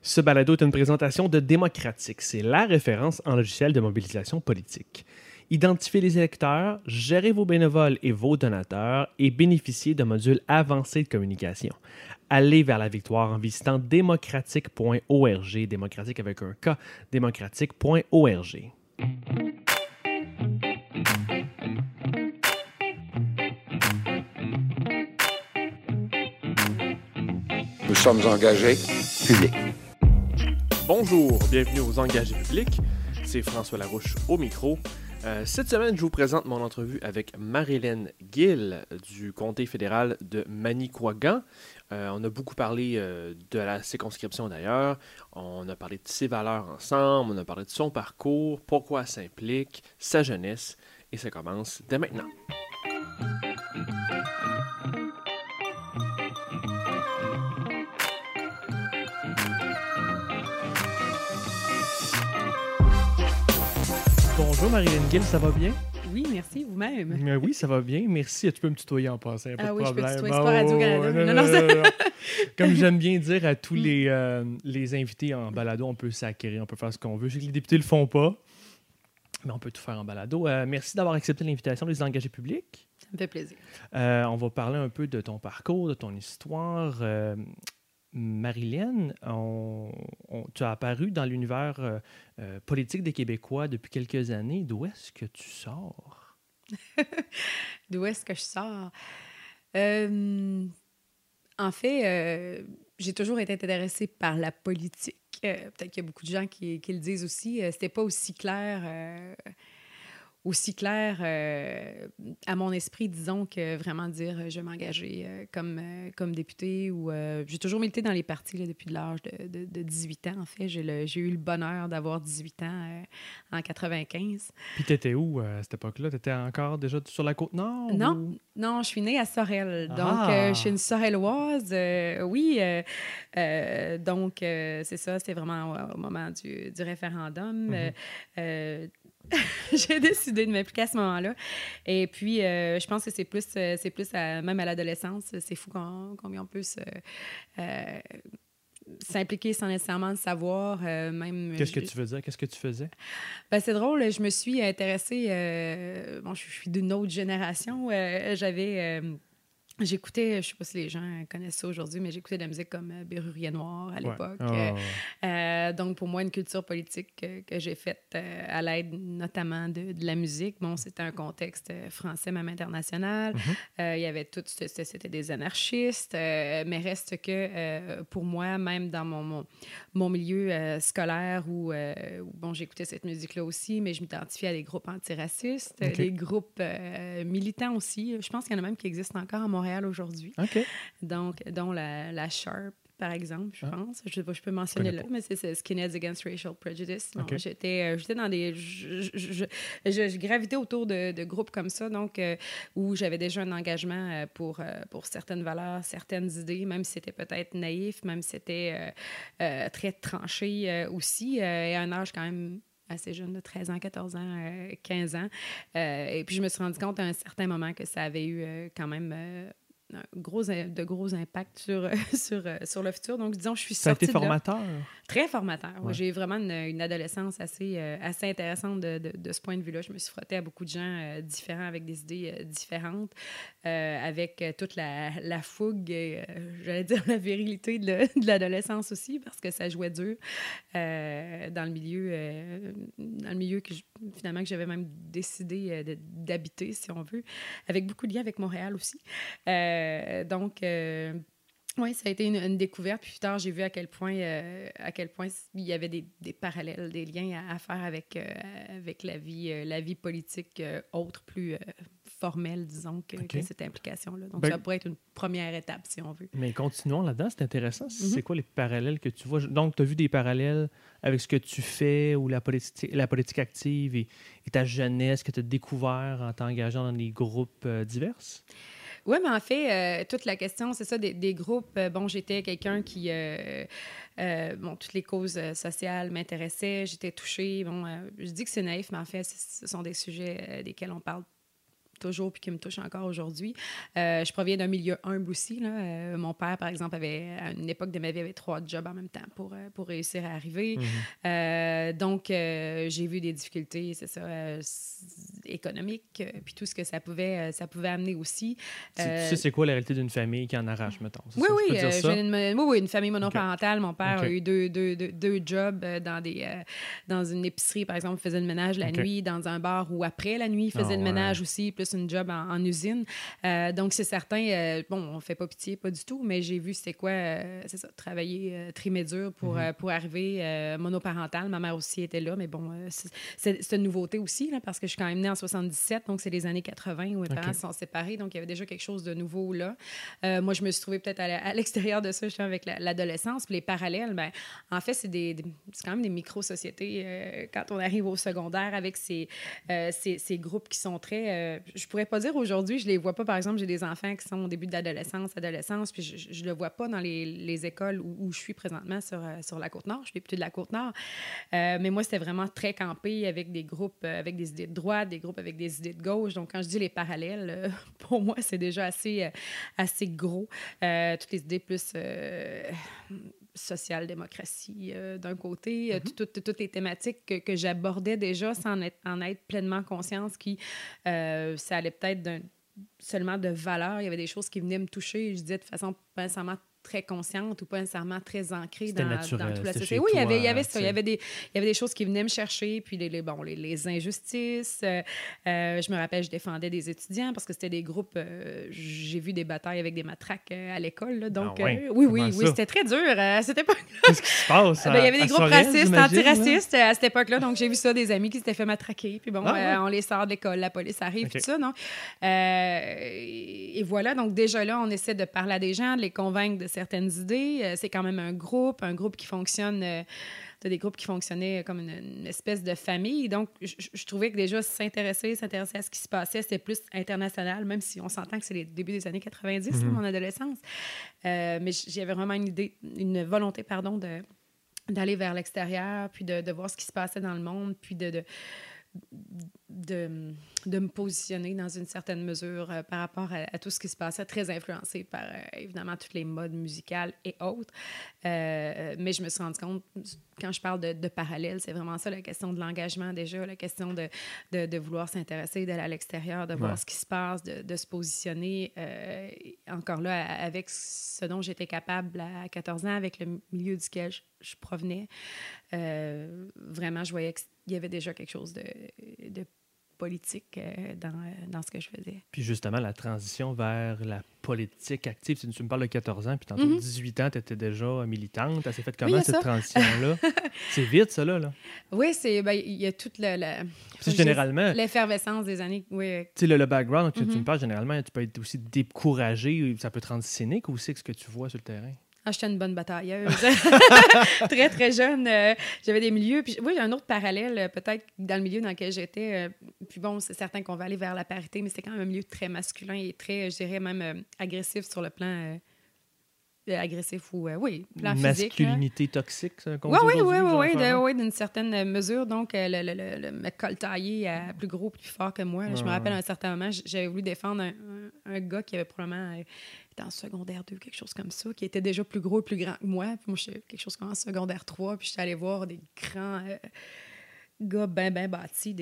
Ce balado est une présentation de Démocratique. C'est la référence en logiciel de mobilisation politique. Identifiez les électeurs, gérez vos bénévoles et vos donateurs et bénéficiez de modules avancés de communication. Allez vers la victoire en visitant démocratique.org, démocratique avec un K, démocratique.org. Nous sommes engagés publics. Bonjour, bienvenue aux Engagés publics. C'est François Larouche au micro. Cette semaine, je vous présente mon entrevue avec Marilyn Gill du comté fédéral de Manicouagan. On a beaucoup parlé de la circonscription d'ailleurs. On a parlé de ses valeurs ensemble, on a parlé de son parcours, pourquoi elle s'implique, sa jeunesse, et ça commence dès maintenant. Bonjour Marilyn Gill, ça va bien? Oui, merci, vous-même. Oui, ça va bien, merci. Tu peux me tutoyer en passant, pas de oui, problème. Je peux te tutoyer, c'est pas Radio-Canada. Non. Comme j'aime bien dire à tous les invités en balado, on peut s'acquérir, on peut faire ce qu'on veut. Je sais que les députés le font pas, mais on peut tout faire en balado. Merci d'avoir accepté l'invitation des engagés publics. Ça me fait plaisir. On va parler un peu de ton parcours, de ton histoire. Marilyn, tu as apparu dans l'univers politique des Québécois depuis quelques années. D'où est-ce que tu sors? D'où est-ce que je sors? En fait, j'ai toujours été intéressée par la politique. Peut-être qu'il y a beaucoup de gens qui le disent aussi. C'était pas aussi clair à mon esprit, disons, que vraiment dire je vais m'engager comme députée. J'ai toujours milité dans les partis là, depuis l'âge de 18 ans, en fait. J'ai eu le bonheur d'avoir 18 ans en 95. Puis t'étais où à cette époque-là? T'étais encore déjà sur la Côte-Nord? Non, je suis née à Sorel. Donc, je suis une Sorelloise. Oui. Donc, c'est ça, c'était vraiment au moment du référendum. J'ai décidé de m'impliquer à ce moment-là. Et puis, je pense que c'est plus même à l'adolescence, c'est fou combien on peut s'impliquer sans nécessairement le savoir. Qu'est-ce que tu veux dire? Qu'est-ce que tu faisais? Ben, c'est drôle, je me suis intéressée... je suis d'une autre génération. J'écoutais, je ne sais pas si les gens connaissent ça aujourd'hui, mais j'écoutais de la musique comme Bérurier Noir à l'époque. Donc, pour moi, une culture politique que j'ai faite à l'aide notamment de la musique. Bon, c'était un contexte français, même international. Il y avait tout, c'était des anarchistes, mais reste que pour moi, même dans mon milieu scolaire où j'écoutais cette musique-là aussi, mais je m'identifiais à des groupes antiracistes, des groupes militants aussi. Je pense qu'il y en a même qui existent encore à Montréal aujourd'hui. Donc, dont la Sharp, par exemple, je pense. Je peux mentionner là, mais c'est Skinheads Against Racial Prejudice. Donc, j'étais dans des... Je gravitais autour de groupes comme ça, donc où j'avais déjà un engagement pour certaines valeurs, certaines idées, même si c'était peut-être naïf, même si c'était très tranché aussi, et à un âge quand même assez jeune, de 13 ans, 14 ans, 15 ans. Et puis, je me suis rendu compte à un certain moment que ça avait eu quand même... de gros impacts sur le futur. Donc, disons, je suis sortie. Ça a été formateur? Très formateur. Ouais. J'ai eu vraiment une adolescence assez intéressante de ce point de vue-là. Je me suis frottée à beaucoup de gens différents, avec des idées différentes, avec toute la fougue, j'allais dire la virilité de l'adolescence aussi, parce que ça jouait dur dans le milieu que finalement que j'avais même décidé d'habiter, si on veut, avec beaucoup de liens avec Montréal aussi. Oui, ça a été une découverte. Puis plus tard, j'ai vu à quel point il y avait des parallèles, des liens à faire avec la vie politique autre, plus formelle, disons, que cette implication-là. Donc, ça pourrait être une première étape, si on veut. Mais continuons là-dedans, c'est intéressant. C'est quoi les parallèles que tu vois? Donc, tu as vu des parallèles avec ce que tu fais ou la politique active et ta jeunesse que tu as découvert en t'engageant dans des groupes divers? Oui, mais en fait, toute la question, c'est ça, des groupes. J'étais quelqu'un qui... toutes les causes sociales m'intéressaient, j'étais touchée. Je dis que c'est naïf, mais en fait, ce sont des sujets desquels on parle toujours puis qui me touche encore aujourd'hui. Je proviens d'un milieu humble aussi. Là. Mon père, par exemple, à une époque de ma vie, avait 3 jobs en même temps pour réussir à arriver. Donc, j'ai vu des difficultés, c'est ça, économiques, puis tout ce que ça pouvait amener aussi. Tu sais, c'est quoi la réalité d'une famille qui en arrache, mettons? Oui, une famille monoparentale. Mon père a eu deux jobs dans une épicerie, par exemple, il faisait le ménage la nuit, dans un bar où après la nuit, il faisait le ménage aussi, plus une job en usine. Donc, c'est certain, on ne fait pas pitié, pas du tout, mais j'ai vu c'est quoi, c'est ça, travailler trimédur pour arriver monoparentale. Ma mère aussi était là, mais bon, c'est une nouveauté aussi, là, parce que je suis quand même née en 77, donc c'est les années 80 où mes parents se sont séparés, donc il y avait déjà quelque chose de nouveau là. Moi, je me suis trouvée peut-être à l'extérieur de ça, je suis avec l'adolescence, puis les parallèles, ben, en fait, c'est quand même des micro-sociétés quand on arrive au secondaire avec ces groupes qui sont très... je pourrais pas dire aujourd'hui, je les vois pas, par exemple, j'ai des enfants qui sont au début de l'adolescence, puis je le vois pas dans les écoles où je suis présentement sur la Côte-Nord. Je suis plutôt de la Côte-Nord. Mais moi, c'était vraiment très campé avec des groupes avec des idées de droite, des groupes avec des idées de gauche. Donc, quand je dis les parallèles, pour moi, c'est déjà assez gros. Toutes les idées plus social-démocratie d'un côté, toutes les thématiques que j'abordais déjà sans en être pleinement consciente, ça allait peut-être seulement de valeur. Il y avait des choses qui venaient me toucher, je disais de façon pas nécessairement très consciente ou pas nécessairement très ancrée dans toute la société. Oui, il y avait ça. Il y avait des choses qui venaient me chercher, puis les injustices. Je me rappelle, je défendais des étudiants parce que c'était des groupes... j'ai vu des batailles avec des matraques à l'école. Là, donc, oui, c'était très dur à cette époque. Qu'est-ce qui se passe? Il y avait des groupes racistes, antiracistes à cette époque-là. Donc, j'ai vu ça, des amis qui s'étaient fait matraquer. Puis bon, on les sort de l'école, la police arrive, tout ça. Non? Et voilà, donc déjà là, on essaie de parler à des gens, de les convaincre de certaines idées. C'est quand même un groupe qui fonctionne... des groupes qui fonctionnaient comme une espèce de famille. Donc, je trouvais que déjà s'intéresser à ce qui se passait, c'était plus international, même si on s'entend que c'est les débuts des années 90, mon adolescence. Mais j'avais vraiment une volonté, d'aller vers l'extérieur, puis de voir ce qui se passait dans le monde, puis de me positionner dans une certaine mesure par rapport à tout ce qui se passait, très influencé par, évidemment, toutes les modes musicales et autres. Mais je me suis rendu compte, quand je parle de parallèle, c'est vraiment ça, la question de l'engagement déjà, la question de vouloir s'intéresser, d'aller à l'extérieur, de voir ce qui se passe, de se positionner. Encore là, avec ce dont j'étais capable à 14 ans, avec le milieu duquel je provenais, vraiment, je voyais qu'il y avait déjà quelque chose de politique dans ce que je faisais. Puis justement, la transition vers la politique active, tu me parles de 14 ans, puis tantôt 18 ans, tu étais déjà militante. Ça s'est fait comment, cette transition-là? C'est vite, ça, là? Oui, il y a toute généralement... l'effervescence des années. Oui. Tu sais, le background que tu me parles, généralement, tu peux être aussi découragé, ça peut te rendre cynique aussi, ce que tu vois sur le terrain. J'étais une bonne batailleuse. Très, très jeune. J'avais des milieux. Puis, oui, un autre parallèle, peut-être, dans le milieu dans lequel j'étais. Puis bon, c'est certain qu'on va aller vers la parité, mais c'était quand même un milieu très masculin et très, je dirais, même agressif sur le plan... agressif ou, plan physique. Masculinité toxique, ça, qu'on oui, d'une certaine mesure. Donc, me coltailler à plus gros, plus fort que moi. Je me rappelle, à un certain moment, j'avais voulu défendre un gars qui avait probablement... en secondaire 2, quelque chose comme ça, qui était déjà plus gros et plus grand que moi. Puis moi, j'étais quelque chose comme en secondaire 3, puis j'étais allée voir des grands gars bien bâtis,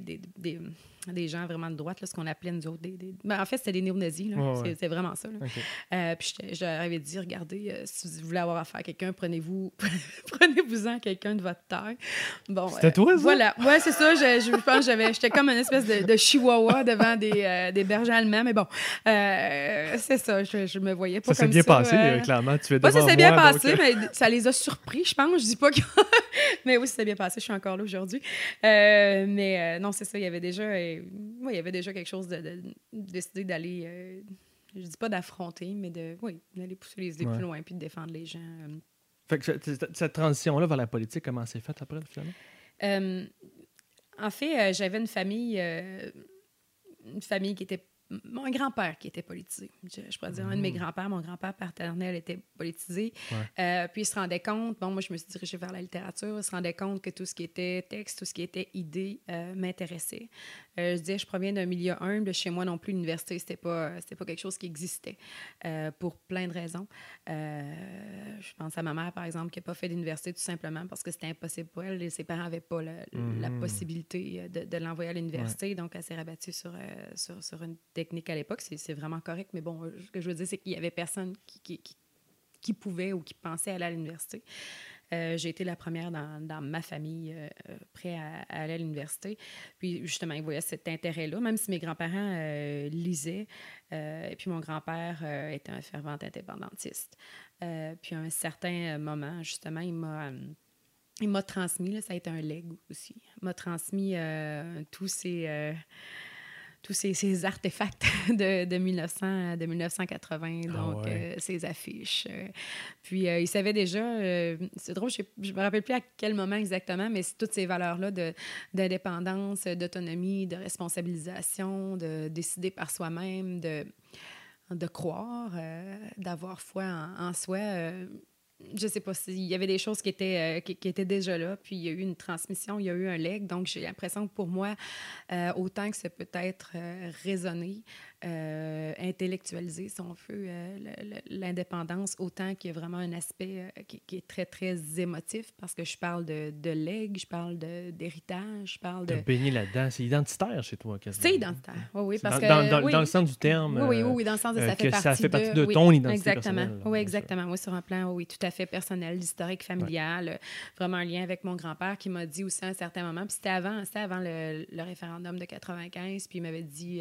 des gens vraiment de droite, là, ce qu'on appelait nous autres. En fait, c'était des néo-nazis. C'est vraiment ça. Là. Okay. Puis j'avais dit, regardez, si vous voulez avoir affaire à quelqu'un, prenez-vous-en quelqu'un de votre taille. Bon, c'était toi, ça? Voilà. Ouais, c'est ça. Je pense que j'étais comme une espèce de chihuahua devant des bergers allemands. Mais bon, c'est ça. Je me voyais pas comme ça. Ça s'est bien passé, clairement. Tu es devant ça s'est bien passé, donc... mais ça les a surpris, je pense. Je dis pas que... mais oui, ça s'est bien passé. Je suis encore là aujourd'hui. Mais non, c'est ça. Il y avait déjà quelque chose de décider d'aller, je dis pas d'affronter, mais d'aller pousser les idées plus loin puis de défendre les gens. Fait que cette transition-là vers la politique, comment s'est faite après, finalement? En fait, j'avais une famille qui était mon grand-père qui était politisé. Je pourrais dire un de mes grands-pères, mon grand-père paternel était politisé. Puis il se rendait compte, moi je me suis dirigée vers la littérature, il se rendait compte que tout ce qui était texte, tout ce qui était idée m'intéressait. Je disais, je proviens d'un milieu humble. Chez moi non plus, l'université, c'était pas quelque chose qui existait pour plein de raisons. Je pense à ma mère, par exemple, qui n'a pas fait d'université tout simplement parce que c'était impossible pour elle. Ses parents n'avaient pas la possibilité de l'envoyer à l'université. Donc, elle s'est rabattue sur une technique à l'époque. C'est vraiment correct. Mais bon, ce que je veux dire, c'est qu'il n'y avait personne qui pouvait ou qui pensait aller à l'université. J'ai été la première dans ma famille prête à aller à l'université. Puis, justement, ils voyaient cet intérêt-là, même si mes grands-parents lisaient. Et puis, mon grand-père était un fervent indépendantiste. Puis, à un certain moment, justement, il m'a transmis, là, ça a été un legs aussi, il m'a transmis tous ces artefacts de 1980, donc ces affiches. Puis, il savait déjà, c'est drôle, je ne me rappelle plus à quel moment exactement, mais c'est toutes ces valeurs-là d'indépendance, d'autonomie, de responsabilisation, de décider par soi-même, de croire, d'avoir foi en soi. Je ne sais pas s'il y avait des choses qui étaient déjà là, puis il y a eu une transmission, il y a eu un legs. Donc, j'ai l'impression que pour moi, autant que ça peut être raisonné, intellectualisé, si on veut, l'indépendance, autant qu'il y a vraiment un aspect qui est très, très émotif, parce que je parle de legs, je parle d'héritage, je parle de... Tu as baigné là-dedans. C'est identitaire chez toi, quasiment. C'est identitaire, oui, parce que... Dans le sens du terme. Oui, dans le sens de ça fait partie de ton identité exactement. personnelle. Oui, exactement. Oui, sur un plan, oui, tout à fait personnel, historique, familial. Vraiment un lien avec mon grand-père qui m'a dit aussi à un certain moment, puis c'était avant le référendum de 95, puis il m'avait dit...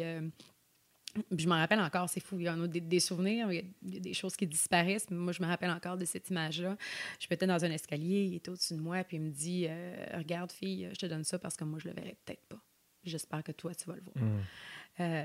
je m'en rappelle encore, c'est fou, il y en a des souvenirs, il y a des choses qui disparaissent, mais moi, je me rappelle encore de cette image-là. Je étais dans un escalier, il était au-dessus de moi, puis il me dit « Regarde, fille, je te donne ça parce que moi, je le verrai peut-être pas. J'espère que toi, tu vas le voir. »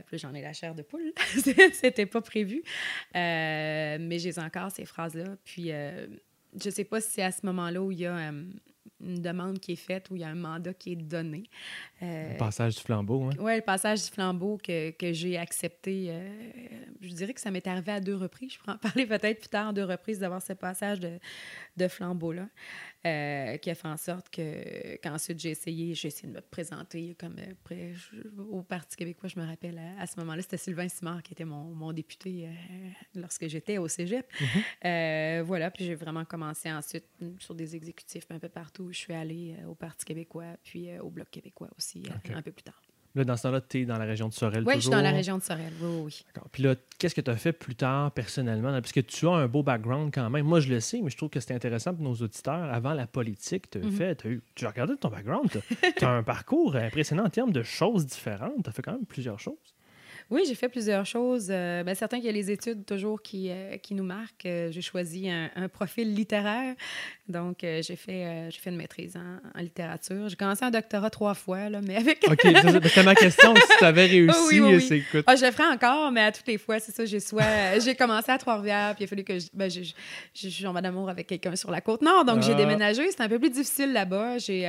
Puis j'en ai la chair de poule. C'était pas prévu. Mais j'ai encore ces phrases-là. Puis je sais pas si c'est à ce moment-là où il y a une demande qui est faite, où il y a un mandat qui est donné. Le passage du flambeau, hein? Oui, le passage du flambeau que j'ai accepté. Je dirais que ça m'est arrivé à 2 reprises. Je pourrais en parler peut-être plus tard, 2 reprises, d'avoir ce passage de flambeau-là, qui a fait en sorte qu'ensuite j'ai essayé de me présenter comme au Parti québécois. Je me rappelle, à ce moment-là, c'était Sylvain Simard qui était mon député lorsque j'étais au cégep. Voilà, puis j'ai vraiment commencé ensuite sur des exécutifs un peu partout. Je suis allée au Parti québécois, puis au Bloc québécois aussi, un peu plus tard. Là, dans ce temps-là, tu es dans la région de Sorel, toujours? Oui, je suis dans la toujours? région de Sorel, oui. D'accord. Puis là, qu'est-ce que tu as fait plus tard, personnellement? Parce que tu as un beau background quand même. Moi, je le sais, mais je trouve que c'est intéressant pour nos auditeurs. Avant la politique, tu as regardé ton background. Tu as un parcours impressionnant en termes de choses différentes. Tu as fait quand même plusieurs choses. Oui, j'ai fait plusieurs choses. Certain qu'il y a les études toujours qui nous marquent. J'ai choisi un profil littéraire. Donc, j'ai fait une maîtrise en littérature. J'ai commencé un doctorat 3 fois, là, mais avec... OK, c'était ma question. Si tu avais réussi, oui. c'est écoute... je le ferai encore, mais à toutes les fois, c'est ça. J'ai commencé à Trois-Rivières, puis il a fallu que je suis en d'amour avec quelqu'un sur la Côte-Nord. Donc, j'ai déménagé. C'était un peu plus difficile là-bas. J'ai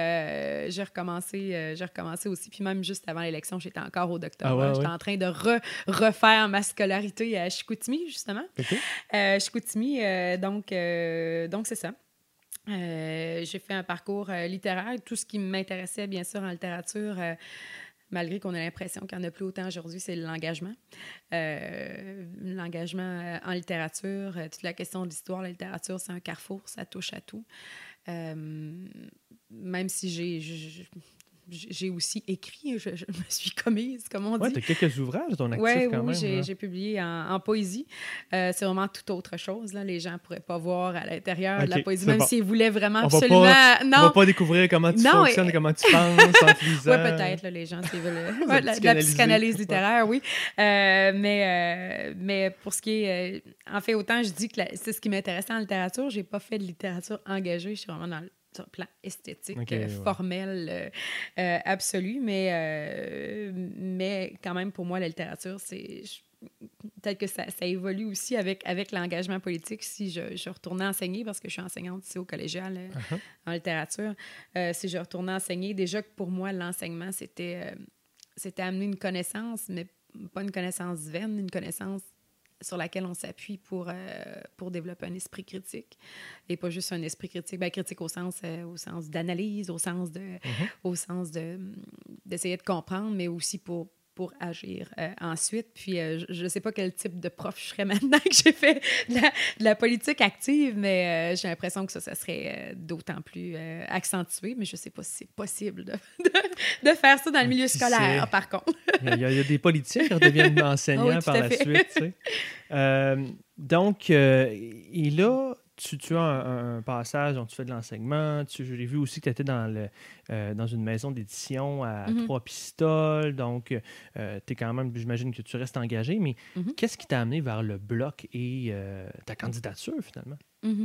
recommencé aussi. Puis même juste avant l'élection, j'étais encore au doctorat. J'étais en train de refaire ma scolarité à Chicoutimi, justement. Chicoutimi, donc c'est ça. J'ai fait un parcours littéraire. Tout ce qui m'intéressait, bien sûr, en littérature, malgré qu'on a l'impression qu'il n'y en a plus autant aujourd'hui, c'est l'engagement. L'engagement en littérature, toute la question de l'histoire, la littérature, c'est un carrefour, ça touche à tout. Même si j'ai aussi écrit, je me suis commise, comme on dit. Oui, tu as quelques ouvrages, ton actif quand même. Oui, j'ai publié en poésie. C'est vraiment toute autre chose. Là. Les gens ne pourraient pas voir à l'intérieur de la poésie, même s'ils voulaient vraiment absolument... On ne va pas découvrir comment tu fonctionnes, comment tu penses en te lisant. Oui, peut-être, là, les gens, s'ils veulent... la psychanalyse littéraire, oui. Mais pour ce qui est... en fait, autant je dis que c'est ce qui m'intéressait en littérature, je n'ai pas fait de littérature engagée. Je suis vraiment dans sur le plan esthétique, formel, absolu, mais quand même, pour moi, la littérature, c'est... Peut-être que ça évolue aussi avec l'engagement politique. Si je retournais enseigner, parce que je suis enseignante ici au collégial en littérature, si je retournais enseigner, déjà que pour moi, l'enseignement, c'était amener une connaissance, mais une connaissance vaine, une connaissance sur laquelle on s'appuie pour développer un esprit critique. Et pas juste un esprit critique, critique au sens d'analyse, au sens d'essayer de comprendre, mais aussi pour agir ensuite. Puis, je ne sais pas quel type de prof je serais maintenant que j'ai fait de la politique active, mais j'ai l'impression que ça serait d'autant plus accentué, mais je ne sais pas si c'est possible de faire ça dans le milieu scolaire, par contre. Il y a des politiciens qui redeviennent enseignants par la suite. Tu sais. Donc, et là, tu as un passage dont tu fais de l'enseignement. J'ai vu aussi que tu étais dans une maison d'édition à Trois-Pistoles. Donc, tu es quand même, j'imagine que tu restes engagé. Mais qu'est-ce qui t'a amené vers le Bloc et ta candidature, finalement?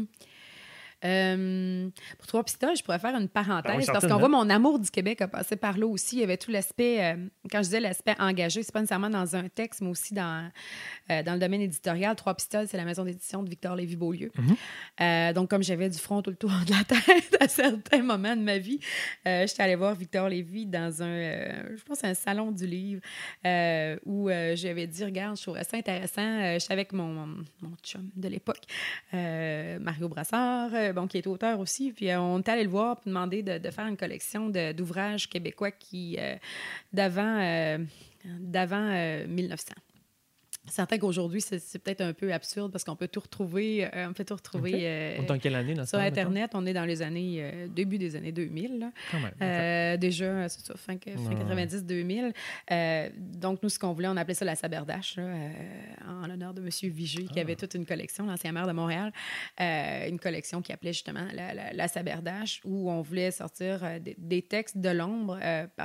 Pour Trois-Pistoles, je pourrais faire une parenthèse parce qu'on voit mon amour du Québec a passé par là aussi. Il y avait tout l'aspect, quand je disais l'aspect engagé, c'est pas nécessairement dans un texte, mais aussi dans le domaine éditorial. Trois-Pistoles, c'est la maison d'édition de Victor Lévy-Beaulieu. Donc, comme j'avais du front tout le tour de la tête à certains moments de ma vie, j'étais allée voir Victor Lévy dans je pense, un salon du livre où j'avais dit, regarde, je trouverais ça intéressant. J'étais avec mon chum de l'époque, Mario Brassard, qui est auteur aussi. Puis on est allé le voir pour demander de faire une collection d'ouvrages québécois d'avant 1900. Certain qu'aujourd'hui, c'est peut-être un peu absurde parce qu'on peut tout retrouver. On peut tout retrouver dans quelle année, sur Internet. On est dans les années, début des années 2000. Là. Quand même. Déjà, c'est ça, fin 90-2000. Donc, nous, ce qu'on voulait, on appelait ça la Saberdache, en l'honneur de M. Vigée, qui avait toute une collection, l'ancien maire de Montréal, une collection qui appelait justement la Saberdache, où on voulait sortir des textes de l'ombre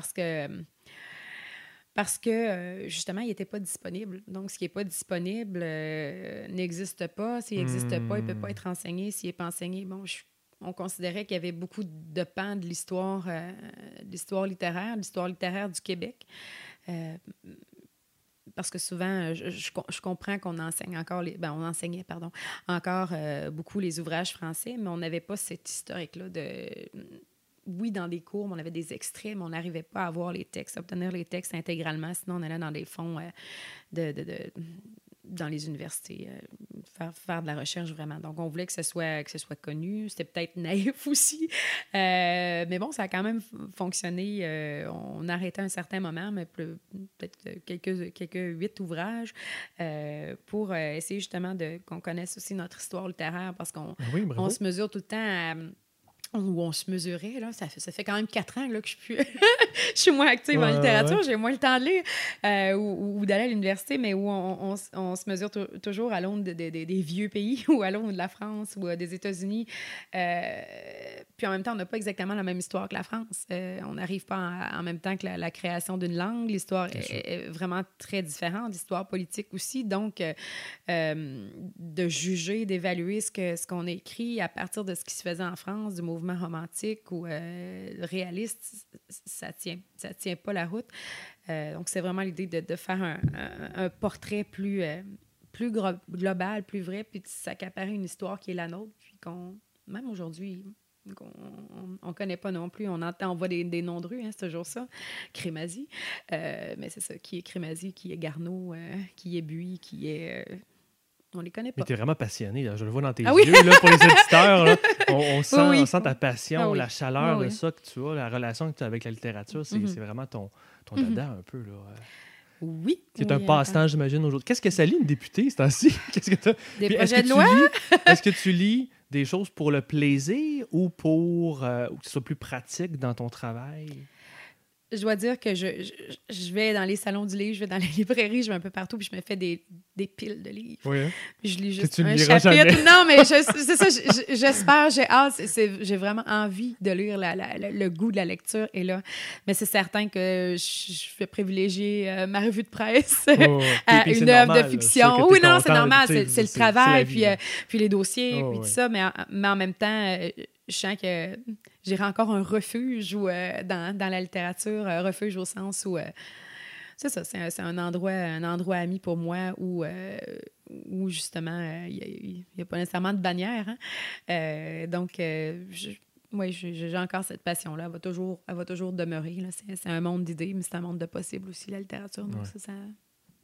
parce que, justement, il n'était pas disponible. Donc, ce qui n'est pas disponible n'existe pas. S'il n'existe pas, il ne peut pas être enseigné. S'il n'est pas enseigné, on considérait qu'il y avait beaucoup de pans de l'histoire littéraire du Québec. Parce que souvent, je comprends qu'on enseigne encore encore beaucoup les ouvrages français, mais on n'avait pas cet historique-là oui, dans des cours, on avait des extraits, mais on n'arrivait pas à avoir les textes, à obtenir les textes intégralement. Sinon, on allait dans des fonds dans les universités, faire de la recherche vraiment. Donc, on voulait que ce soit connu. C'était peut-être naïf aussi. Mais bon, ça a quand même fonctionné. On arrêtait à un certain moment, mais peut-être quelques 8 ouvrages pour essayer justement qu'on connaisse aussi notre histoire littéraire parce qu'on se mesure tout le temps où on se mesurait, là, ça fait quand même 4 ans là, que je suis moins active en littérature, j'ai moins le temps de lire ou d'aller à l'université, mais où on se mesure toujours à l'aune des vieux pays ou à l'aune de la France ou des États-Unis. Puis en même temps, on n'a pas exactement la même histoire que la France. On n'arrive pas en même temps que la création d'une langue. L'histoire est vraiment très différente, l'histoire politique aussi. Donc, de juger, d'évaluer ce qu'on a écrit à partir de ce qui se faisait en France, du mouvement romantique ou réaliste, ça tient pas la route. Donc, c'est vraiment l'idée de faire un portrait plus global, plus vrai, puis de s'accaparer une histoire qui est la nôtre, puis même aujourd'hui, on ne connaît pas non plus. On voit des noms de rue, c'est toujours ça. Crémazie. Mais c'est ça, qui est Crémazie, qui est Garneau, qui est Buis, qui est... on les connaît pas. Mais tu es vraiment passionné, là. Je le vois dans tes yeux, là, pour les auditeurs. Là. On sent ta passion, la chaleur de ça que tu as, la relation que tu as avec la littérature. C'est vraiment ton dada un peu, là. Oui. C'est un passe-temps, j'imagine, aujourd'hui. Qu'est-ce que ça lit, une députée, ce temps-ci? Des projets de loi? Est-ce que tu lis des choses pour le plaisir ou pour que ce soit plus pratique dans ton travail? Je dois dire que je vais dans les salons du livre, je vais dans les librairies, je vais un peu partout, puis je me fais des piles de livres. Oui. Puis je lis juste un chapitre. Jamais. Non, mais c'est ça, j'espère, j'ai hâte, j'ai vraiment envie de lire, le goût de la lecture est là. Mais c'est certain que je vais privilégier ma revue de presse à une œuvre de fiction. Oui, non, c'est normal, c'est le travail, puis les dossiers, puis tout ça, mais en même temps... je sens que j'irai encore un refuge dans la littérature, un refuge au sens où... c'est ça, c'est un endroit ami pour moi où justement, il n'y a pas nécessairement de bannière. Hein? Donc, j'ai encore cette passion-là. Elle va toujours demeurer. Là. C'est un monde d'idées, mais c'est un monde de possibles aussi, la littérature. Donc, ça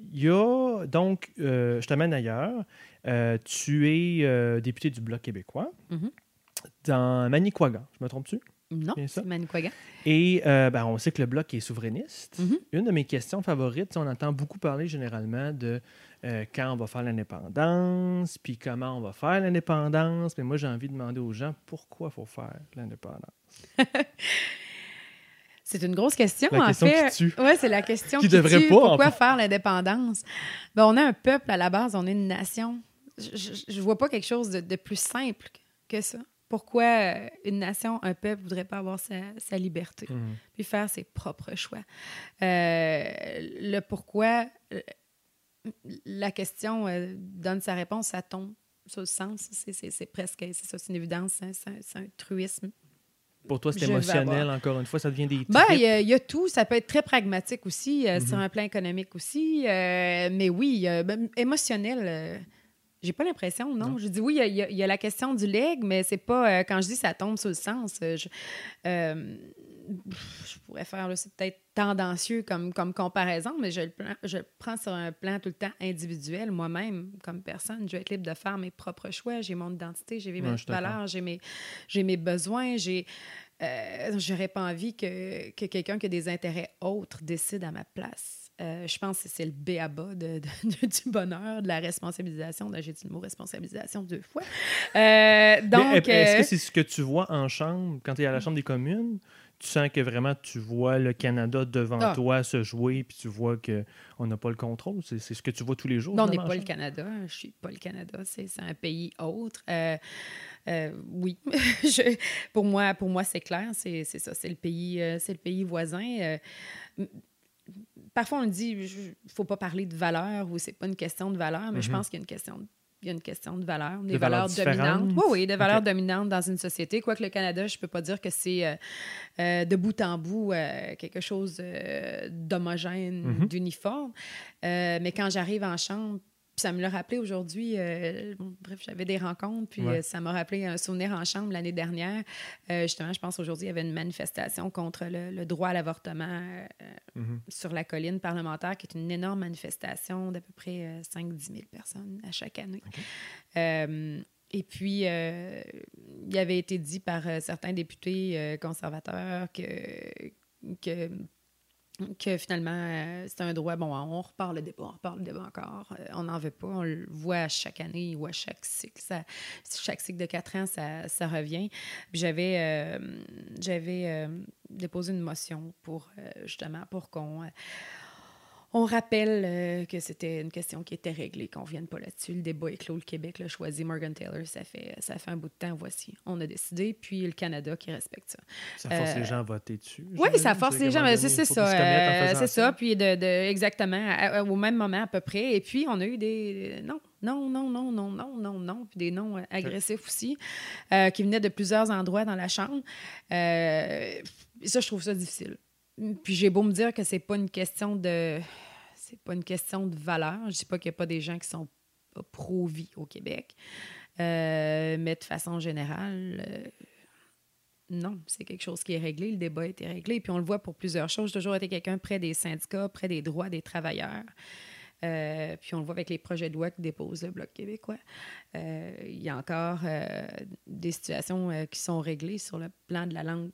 il y a donc, je t'amène ailleurs, tu es député du Bloc québécois dans Manicouagan, je me trompe-tu? Non, c'est Manicouagan. Et on sait que le Bloc est souverainiste. Une de mes questions favorites, on entend beaucoup parler généralement de quand on va faire l'indépendance, puis comment on va faire l'indépendance. Mais moi, j'ai envie de demander aux gens pourquoi il faut faire l'indépendance. C'est une grosse question, la question qui tue. Oui, c'est la question qui devrait tue. Pas, pourquoi faire l'indépendance? On est un peuple à la base, on est une nation. Je vois pas quelque chose de plus simple que ça. Pourquoi une nation, un peuple ne voudrait pas avoir sa liberté, puis faire ses propres choix? Le pourquoi, la question donne sa réponse, ça tombe sur le sens. C'est presque, c'est ça, c'est une évidence, c'est un truisme. Pour toi, c'est émotionnel, encore une fois, ça devient des tripes. Il y a tout. Ça peut être très pragmatique aussi, sur un plan économique aussi. Mais oui, émotionnel... J'ai pas l'impression, non. Je dis oui, il y a la question du legs, mais c'est pas... quand je dis ça tombe sur le sens, je pourrais faire... c'est peut-être tendancieux comme comparaison, mais je le prends sur un plan tout le temps individuel. Moi-même, comme personne, je vais être libre de faire mes propres choix. J'ai mon identité, j'ai mes valeurs, j'ai mes besoins, j'aurais pas envie que quelqu'un qui a des intérêts autres décide à ma place. Je pense que c'est le b.a.-ba du bonheur, de la responsabilisation. J'ai dit le mot responsabilisation 2 fois. Donc, est-ce que c'est ce que tu vois en chambre, quand tu es à la Chambre des communes? Tu sens que vraiment tu vois le Canada devant toi se jouer, puis tu vois qu'on n'a pas le contrôle? C'est ce que tu vois tous les jours? Non, on n'est pas le Canada. Je suis pas le Canada. C'est un pays autre. Oui. Pour moi, c'est clair. C'est ça. C'est le pays voisin. Parfois, on dit qu'il ne faut pas parler de valeur ou c'est pas une question de valeur, mais je pense qu'il y a une question de valeur, des valeurs dominantes. Oui, des valeurs dominantes dans une société. Quoique le Canada, je ne peux pas dire que c'est de bout en bout quelque chose d'homogène, d'uniforme. Mais quand j'arrive en chambre, puis ça me l'a rappelé aujourd'hui. Bref, j'avais des rencontres, puis ça m'a rappelé un souvenir en chambre l'année dernière. Justement, je pense aujourd'hui, il y avait une manifestation contre le droit à l'avortement sur la colline parlementaire, qui est une énorme manifestation d'à peu près 5-10 000 personnes à chaque année. Okay. Et puis, il avait été dit par certains députés conservateurs que finalement, c'est un droit... Bon, on reparle le débat encore. On n'en veut pas. On le voit à chaque année ou à chaque cycle. Chaque cycle de 4 ans, ça revient. Puis j'avais déposé une motion pour qu'on... On rappelle que c'était une question qui était réglée, qu'on ne revienne pas là-dessus. Le débat est clos. Le Québec l'a choisi. Morgan Taylor, ça fait un bout de temps. Voici, on a décidé. Puis le Canada qui respecte ça. Ça force les gens à voter dessus. Oui, ça force les gens. C'est ça. C'est ça. Puis exactement, au même moment à peu près. Et puis, on a eu des... Non. Puis des noms agressifs aussi, qui venaient de plusieurs endroits dans la Chambre. Ça, je trouve ça difficile. Puis j'ai beau me dire que c'est pas une question de valeur. Je dis pas qu'il n'y a pas des gens qui sont pas pro-vie au Québec. Mais de façon générale, non, c'est quelque chose qui est réglé. Le débat a été réglé. Puis on le voit pour plusieurs choses. J'ai toujours été quelqu'un près des syndicats, près des droits des travailleurs. Puis on le voit avec les projets de loi que dépose le Bloc québécois. Il y a encore des situations qui sont réglées sur le plan de la langue.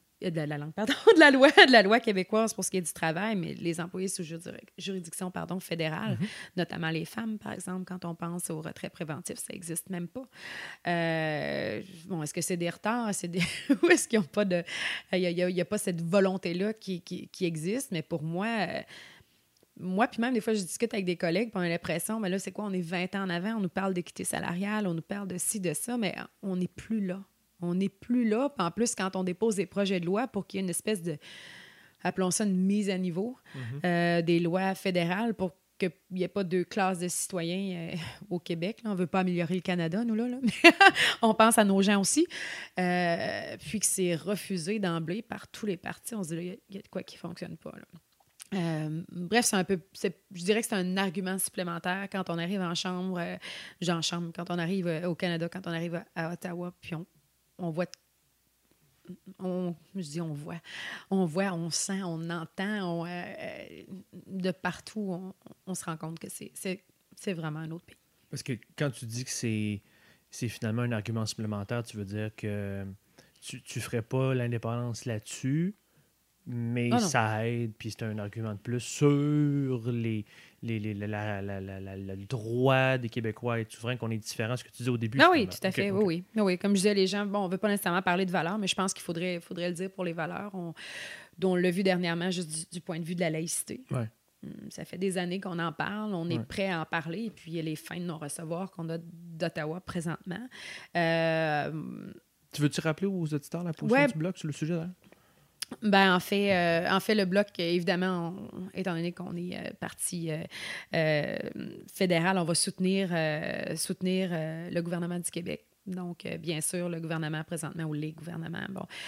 De la loi québécoise pour ce qui est du travail, mais les employés sous juridiction fédérale, notamment les femmes, par exemple, quand on pense au retrait préventif, ça n'existe même pas. Est-ce que c'est des retards? Ou est-ce qu'il n'y a pas de... Il n'y a pas cette volonté-là qui existe, mais pour moi, puis même des fois, je discute avec des collègues, puis on a l'impression, mais là, c'est quoi? On est 20 ans en avant, on nous parle d'équité salariale, on nous parle de ci, de ça, mais on n'est plus là. On n'est plus là. Puis en plus, quand on dépose des projets de loi pour qu'il y ait une espèce de, appelons ça une mise à niveau des lois fédérales pour qu'il n'y ait pas 2 classes de citoyens au Québec. Là. On ne veut pas améliorer le Canada, nous, là. On pense à nos gens aussi. Puis que c'est refusé d'emblée par tous les partis. On se dit, là, il y a de quoi qui ne fonctionne pas, là. Bref, je dirais que c'est un argument supplémentaire quand on arrive en chambre, quand on arrive au Canada, quand on arrive à Ottawa, puis on voit on sent, on entend, de partout, on se rend compte que c'est vraiment un autre pays. Parce que quand tu dis que c'est finalement un argument supplémentaire, tu veux dire que tu ne ferais pas l'indépendance là-dessus, mais ça aide, puis c'est un argument de plus sur le droit des Québécois à être souverains, qu'on est différent, ce que tu disais au début. Ah oui, tout à fait, okay. Oui. Comme je disais, les gens, on ne veut pas nécessairement parler de valeurs, mais je pense qu'il faudrait le dire pour les valeurs. Dont on l'a vu dernièrement, juste du point de vue de la laïcité. Ouais. Ça fait des années qu'on en parle, on est prêt à en parler, et puis il y a les fins de non-recevoir qu'on a d'Ottawa présentement. Tu veux-tu rappeler aux auditeurs la position du Bloc sur le sujet, là? Ben, en fait, le Bloc, évidemment, étant donné qu'on est parti fédéral, on va soutenir le gouvernement du Québec. Donc, bien sûr, le gouvernement présentement, ou les gouvernements,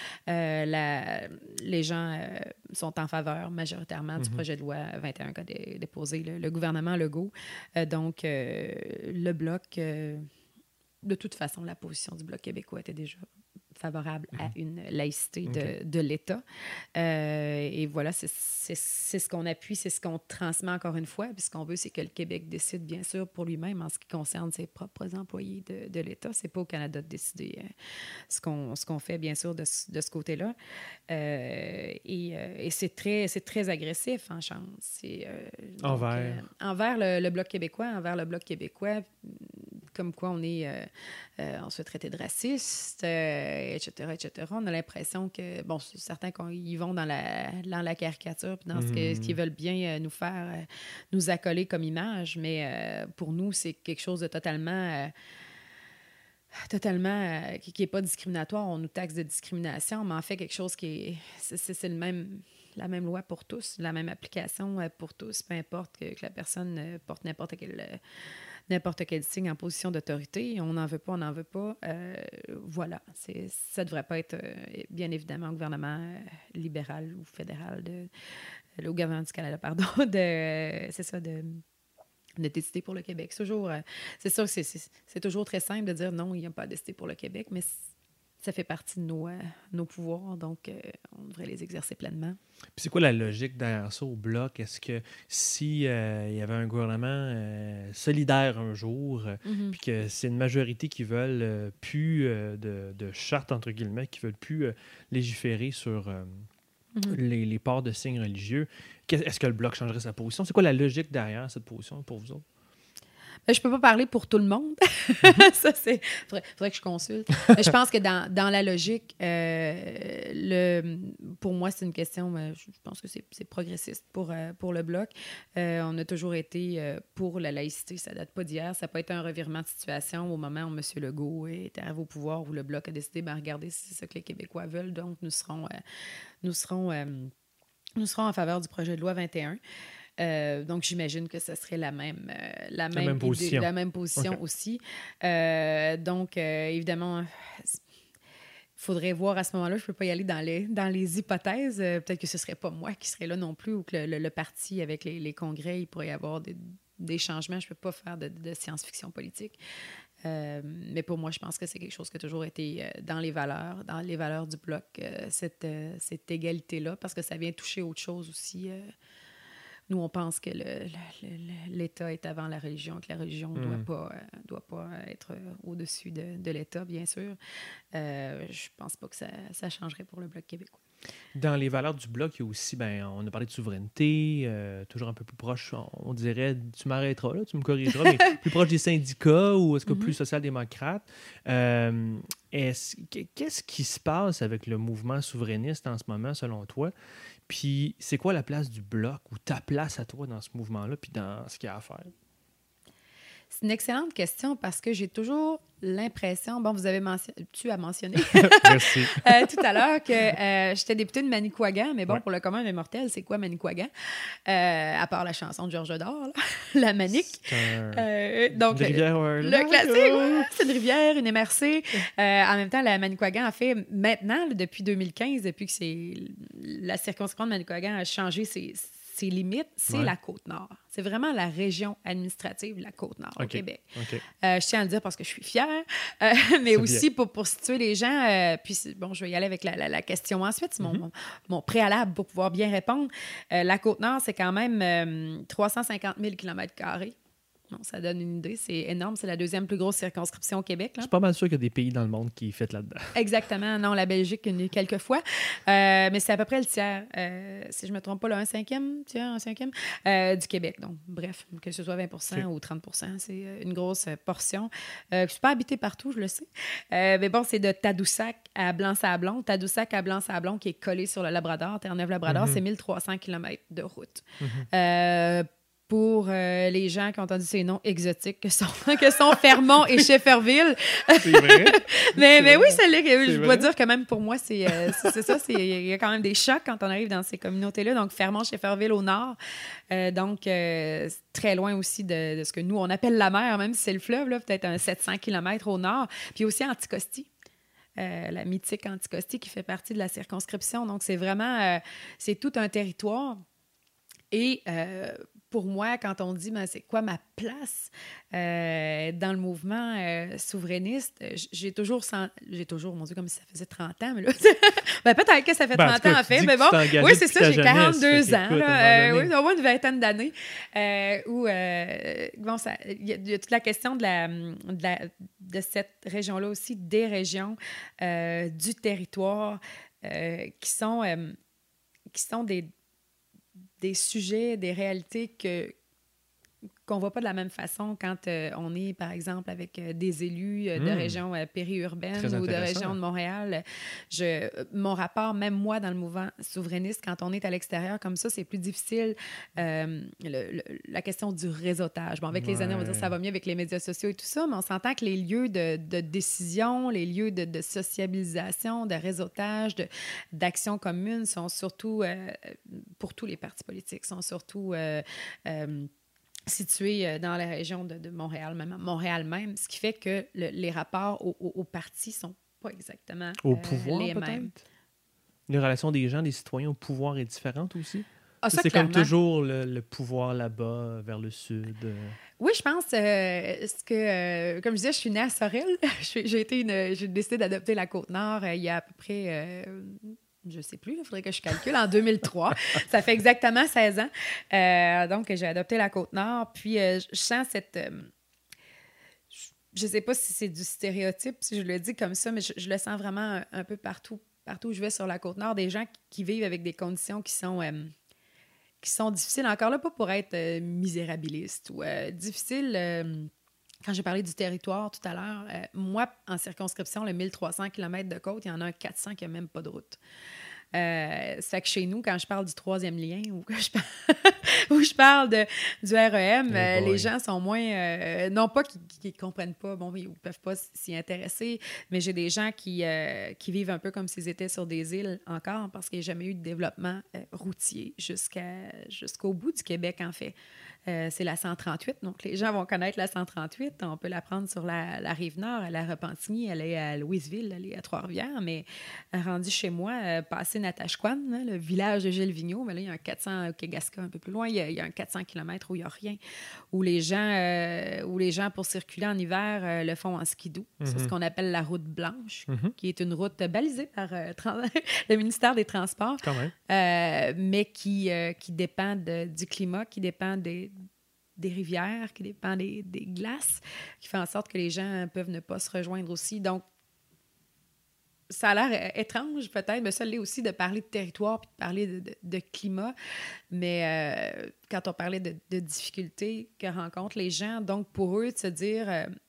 les gens sont en faveur majoritairement du projet de loi 21 qu'a déposé le gouvernement Legault. Donc, le Bloc, de toute façon, la position du Bloc québécois était déjà favorable à une laïcité de l'État. Et voilà, c'est ce qu'on appuie, c'est ce qu'on transmet encore une fois. Puis ce qu'on veut, c'est que le Québec décide, bien sûr, pour lui-même en ce qui concerne ses propres employés de l'État. C'est pas au Canada de décider ce qu'on fait, bien sûr, de ce côté-là. Et c'est très agressif, en chance. Envers le Bloc québécois, comme quoi on se fait traiter de raciste, etc., etc. On a l'impression que, c'est certain qu'ils vont dans la caricature, puis dans ce qu'ils veulent bien nous faire, nous accoler comme image, mais pour nous, c'est quelque chose de totalement qui n'est pas discriminatoire. On nous taxe de discrimination, mais en fait, quelque chose qui c'est la même loi pour tous, la même application pour tous, peu importe que la personne porte n'importe quel signe en position d'autorité. On n'en veut pas. Voilà. Ça ne devrait pas être, bien évidemment, au gouvernement libéral ou fédéral, au gouvernement du Canada, pardon, de décider pour le Québec. C'est sûr que c'est toujours très simple de dire non, il n'y a pas à décider pour le Québec, mais ça fait partie de nos pouvoirs, donc on devrait les exercer pleinement. Puis c'est quoi la logique derrière ça au Bloc? Est-ce que si y avait un gouvernement solidaire un jour, puis que c'est une majorité qui veulent plus de charte, entre guillemets, qui veulent plus légiférer sur les ports de signes religieux, est-ce que le Bloc changerait sa position? C'est quoi la logique derrière cette position pour vous autres? Je ne peux pas parler pour tout le monde. Ça, faudrait que je consulte. Mais je pense que dans la logique, pour moi, c'est une question, je pense que c'est progressiste pour le Bloc. On a toujours été pour la laïcité. Ça ne date pas d'hier. Ça n'a pas été un revirement de situation au moment où M. Legault est arrivé au pouvoir, où le Bloc a décidé, regardez, c'est ça que les Québécois veulent. Donc, nous serons en faveur du projet de loi 21. Donc, j'imagine que ce serait la même position aussi. Donc, évidemment, il faudrait voir à ce moment-là. Je ne peux pas y aller dans les hypothèses. Peut-être que ce ne serait pas moi qui serais là non plus, ou que le parti, avec les congrès, il pourrait y avoir des changements. Je ne peux pas faire de science-fiction politique. Mais pour moi, je pense que c'est quelque chose qui a toujours été dans les valeurs du Bloc, cette égalité-là, parce que ça vient toucher autre chose aussi. Nous, on pense que l'État est avant la religion, que la religion ne doit pas être au-dessus de l'État, bien sûr. Je ne pense pas que ça changerait pour le Bloc québécois. Dans les valeurs du Bloc, il y a aussi, on a parlé de souveraineté, toujours un peu plus proche, on dirait, tu m'arrêteras là, tu me corrigeras, mais plus proche des syndicats, ou est-ce que plus social-démocrate? Qu'est-ce qui se passe avec le mouvement souverainiste en ce moment, selon toi? Puis c'est quoi la place du Bloc, ou ta place à toi dans ce mouvement-là, puis dans ce qu'il y a à faire? C'est une excellente question, parce que j'ai toujours l'impression, vous avez tu as mentionné Merci. Tout à l'heure que j'étais députée de Manicouagan, mais pour le commun des mortels, c'est quoi Manicouagan? À part la chanson de Georges Dor, la Manic. Donc, une rivière, le classique, c'est une rivière, une MRC. En même temps, la Manicouagan a fait maintenant, depuis 2015, depuis que la circonscription de Manicouagan a changé ses limites, c'est la Côte-Nord. C'est vraiment la région administrative de la Côte-Nord au Québec. Je tiens à le dire parce que je suis fière, mais aussi pour situer les gens. Puis, je vais y aller avec la question ensuite. C'est mon préalable pour pouvoir bien répondre. La Côte-Nord, c'est quand même 350 000 km². Non, ça donne une idée. C'est énorme. C'est la deuxième plus grosse circonscription au Québec. Là. Je suis pas mal sûr qu'il y a des pays dans le monde qui fêtent là-dedans. Exactement. Non, la Belgique, quelques fois. Mais c'est à peu près le tiers, si je ne me trompe pas, là, un cinquième du Québec. Donc, bref, que ce soit 20 ou 30 c'est une grosse portion. Je ne suis pas habitée partout, je le sais. Mais bon, c'est de Tadoussac à Blanc-Sablon. Tadoussac à Blanc-Sablon, qui est collé sur le Labrador, Terre-Neuve-Labrador, c'est 1300 km de route. Pour les gens qui ont entendu ces noms exotiques que sont Fermont et Shefferville. C'est vrai. mais oui, je dois dire que même pour moi, c'est ça. Il y a quand même des chocs quand on arrive dans ces communautés-là. Donc, Fermont, Shefferville au nord. C'est très loin aussi de ce que nous, on appelle la mer, même si c'est le fleuve, là, peut-être un 700 km au nord. Puis aussi Anticosti. La mythique Anticosti qui fait partie de la circonscription. Donc, c'est vraiment... c'est tout un territoire. Et... pour moi, quand on dit c'est quoi ma place dans le mouvement souverainiste, j'ai toujours, mon Dieu, comme si ça faisait 30 ans, mais là, peut-être que ça fait 30 ans en fait, mais bon, oui, c'est ça, j'ai 42 ans, oui, au moins une vingtaine d'années, où, bon, il y a toute la question de cette région-là aussi, des régions, du territoire, qui sont des sujets, des réalités qu'on ne voit pas de la même façon quand on est, par exemple, avec des élus de régions périurbaines ou de régions de Montréal. Mon rapport, même moi, dans le mouvement souverainiste, quand on est à l'extérieur comme ça, c'est plus difficile. La question du réseautage. Bon, avec les années, on va dire ça va mieux avec les médias sociaux et tout ça, mais on s'entend que les lieux de décision, les lieux de sociabilisation, de réseautage, d'action commune sont surtout, pour tous les partis politiques, sont surtout... situé dans la région de Montréal, même, ce qui fait que les rapports aux partis ne sont pas exactement au pouvoir, les peut-être? mêmes. Les relations des gens, des citoyens au pouvoir est différente aussi? C'est comme toujours le pouvoir là-bas, vers le sud. Oui, je pense comme je disais, je suis née à Sorel. J'ai décidé d'adopter la Côte-Nord il y a à peu près... je ne sais plus, il faudrait que je calcule, en 2003. Ça fait exactement 16 ans. Donc, j'ai adopté la Côte-Nord. Puis, je sens cette... je ne sais pas si c'est du stéréotype, si je le dis comme ça, mais je le sens vraiment un peu partout où je vais sur la Côte-Nord, des gens qui vivent avec des conditions qui sont difficiles. Encore là, pas pour être misérabiliste ou difficiles... Quand j'ai parlé du territoire tout à l'heure, moi, en circonscription, le 1300 km de côte, il y en a un 400 qui n'a même pas de route. Ça fait que chez nous, quand je parle du troisième lien ou que je parle du REM, les gens sont moins... non pas qu'ils ne comprennent pas, bon, ils ne peuvent pas s'y intéresser, mais j'ai des gens qui vivent un peu comme s'ils étaient sur des îles encore parce qu'il n'y a jamais eu de développement routier jusqu'au bout du Québec, en fait. C'est la 138, donc les gens vont connaître la 138. On peut la prendre sur la Rive-Nord, à la Repentigny, elle est à Louisville, elle est à Trois-Rivières, mais rendue chez moi, passé Natashquan, le village de Gilles Vigneault, mais là, il y a un 400 au Kegaska, un peu plus loin, il y a un 400 km où il n'y a rien, où les gens, pour circuler en hiver, le font en skidoo. C'est ce qu'on appelle la route blanche, qui est une route balisée par le ministère des Transports, mais qui dépend du climat, qui dépend des rivières, qui dépend des glaces, qui fait en sorte que les gens peuvent ne pas se rejoindre aussi. Donc, ça a l'air étrange peut-être, mais ça l'est aussi de parler de territoire puis de parler de climat. Mais quand on parlait de difficultés que rencontrent les gens, donc pour eux, de se dire...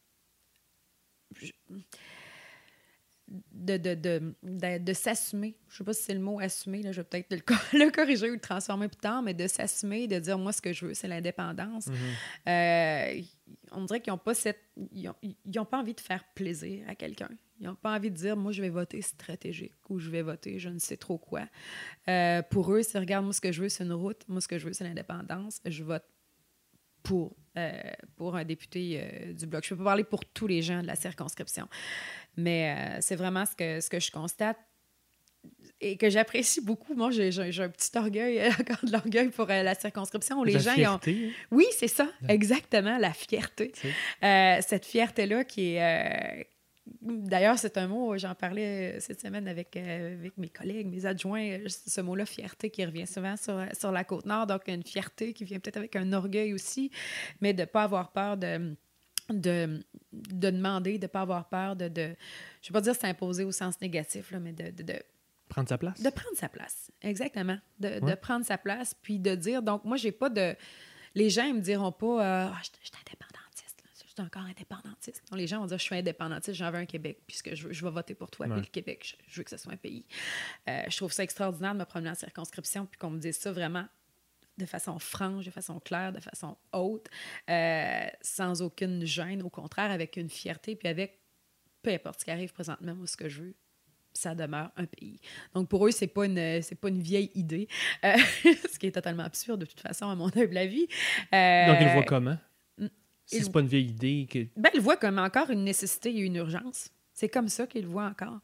de s'assumer. Je ne sais pas si c'est le mot « assumer », là, je vais peut-être le corriger ou le transformer plus tard, mais de s'assumer, de dire « moi, ce que je veux, c'est l'indépendance ». On dirait qu'ils n'ont pas ils ont pas envie de faire plaisir à quelqu'un. Ils n'ont pas envie de dire « moi, je vais voter stratégique » ou « je vais voter je ne sais trop quoi ». Pour eux, c'est « regarde, moi, ce que je veux, c'est une route. Moi, ce que je veux, c'est l'indépendance. Je vote pour un député du Bloc. » Je ne peux pas parler pour tous les gens de la circonscription. Mais c'est vraiment ce que je constate. et que j'apprécie beaucoup. Moi, j'ai un petit orgueil, encore de l'orgueil pour la circonscription. Les gens, fierté, Oui, c'est ça, exactement, la fierté. Cette fierté-là qui est... D'ailleurs, c'est un mot, j'en parlais cette semaine avec mes collègues, mes adjoints, ce mot-là, fierté, qui revient souvent sur la Côte-Nord. Donc, une fierté qui vient peut-être avec un orgueil aussi, mais de ne pas avoir peur de demander, de ne pas avoir peur je ne vais pas dire s'imposer au sens négatif, là, mais de prendre sa place. De prendre sa place, exactement. De prendre sa place, puis de dire... Donc, moi, j'ai pas de... Les gens, ils me diront pas « je suis indépendantiste, là. Je suis encore indépendantiste. » Non, les gens vont dire « Je suis indépendantiste, j'en veux un Québec, puisque je vais voter pour toi. Puis le Québec, je veux que ce soit un pays. » Je trouve ça extraordinaire de me promener en circonscription, puis qu'on me dise ça vraiment de façon franche, de façon claire, de façon haute, sans aucune gêne, au contraire, avec une fierté, puis avec peu importe ce qui arrive présentement, moi, ce que je veux, ça demeure un pays. Donc, pour eux, c'est pas une vieille idée, ce qui est totalement absurde, de toute façon, à mon humble avis. Donc, ils le voient comment? Si c'est pas une vieille idée... Ben, ils le voient comme encore une nécessité et une urgence. C'est comme ça qu'ils le voient encore.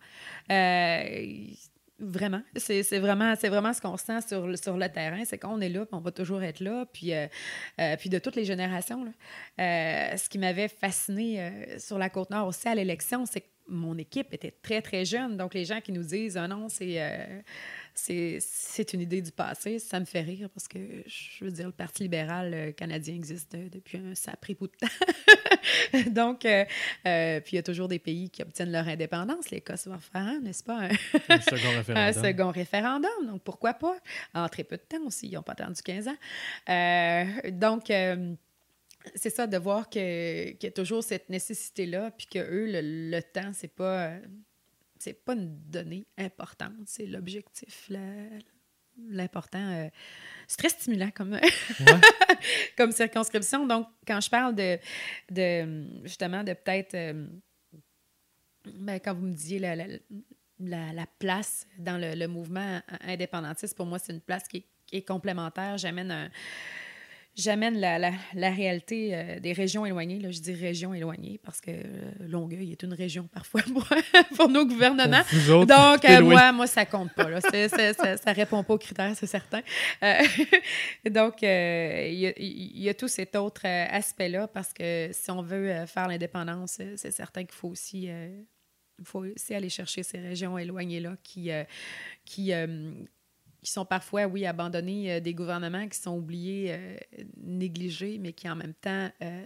Vraiment. C'est vraiment ce qu'on sent sur le terrain, c'est qu'on est là, puis on va toujours être là, puis de toutes les générations. Là. Ce qui m'avait fasciné sur la Côte-Nord aussi à l'élection, c'est que mon équipe était très, très jeune. Donc, les gens qui nous disent « Ah non, c'est une idée du passé », ça me fait rire parce que, je veux dire, le Parti libéral canadien existe depuis un sacré bout de temps. Donc, puis il y a toujours des pays qui obtiennent leur indépendance. L'Écosse va faire, n'est-ce pas, un second référendum. Donc, pourquoi pas? En très peu de temps aussi. Ils n'ont pas attendu 15 ans. Donc, c'est ça, de voir qu'il y a toujours cette nécessité-là, puis que eux, le temps, c'est pas une donnée importante, c'est l'objectif, l'important. C'est très stimulant comme circonscription. Donc, quand je parle justement de peut-être, quand vous me disiez la place dans le mouvement indépendantiste, pour moi, c'est une place qui est complémentaire. J'amène la réalité des régions éloignées. Là, je dis régions éloignées parce que Longueuil est une région parfois pour nos gouvernements. Donc, moi, ça compte pas. Là. Ça répond pas aux critères, c'est certain. Donc, il y a tout cet autre aspect-là parce que si on veut faire l'indépendance, c'est certain qu'il faut aussi aller chercher ces régions éloignées-là qui sont parfois, oui, abandonnés, des gouvernements qui sont oubliés, négligés, mais qui en même temps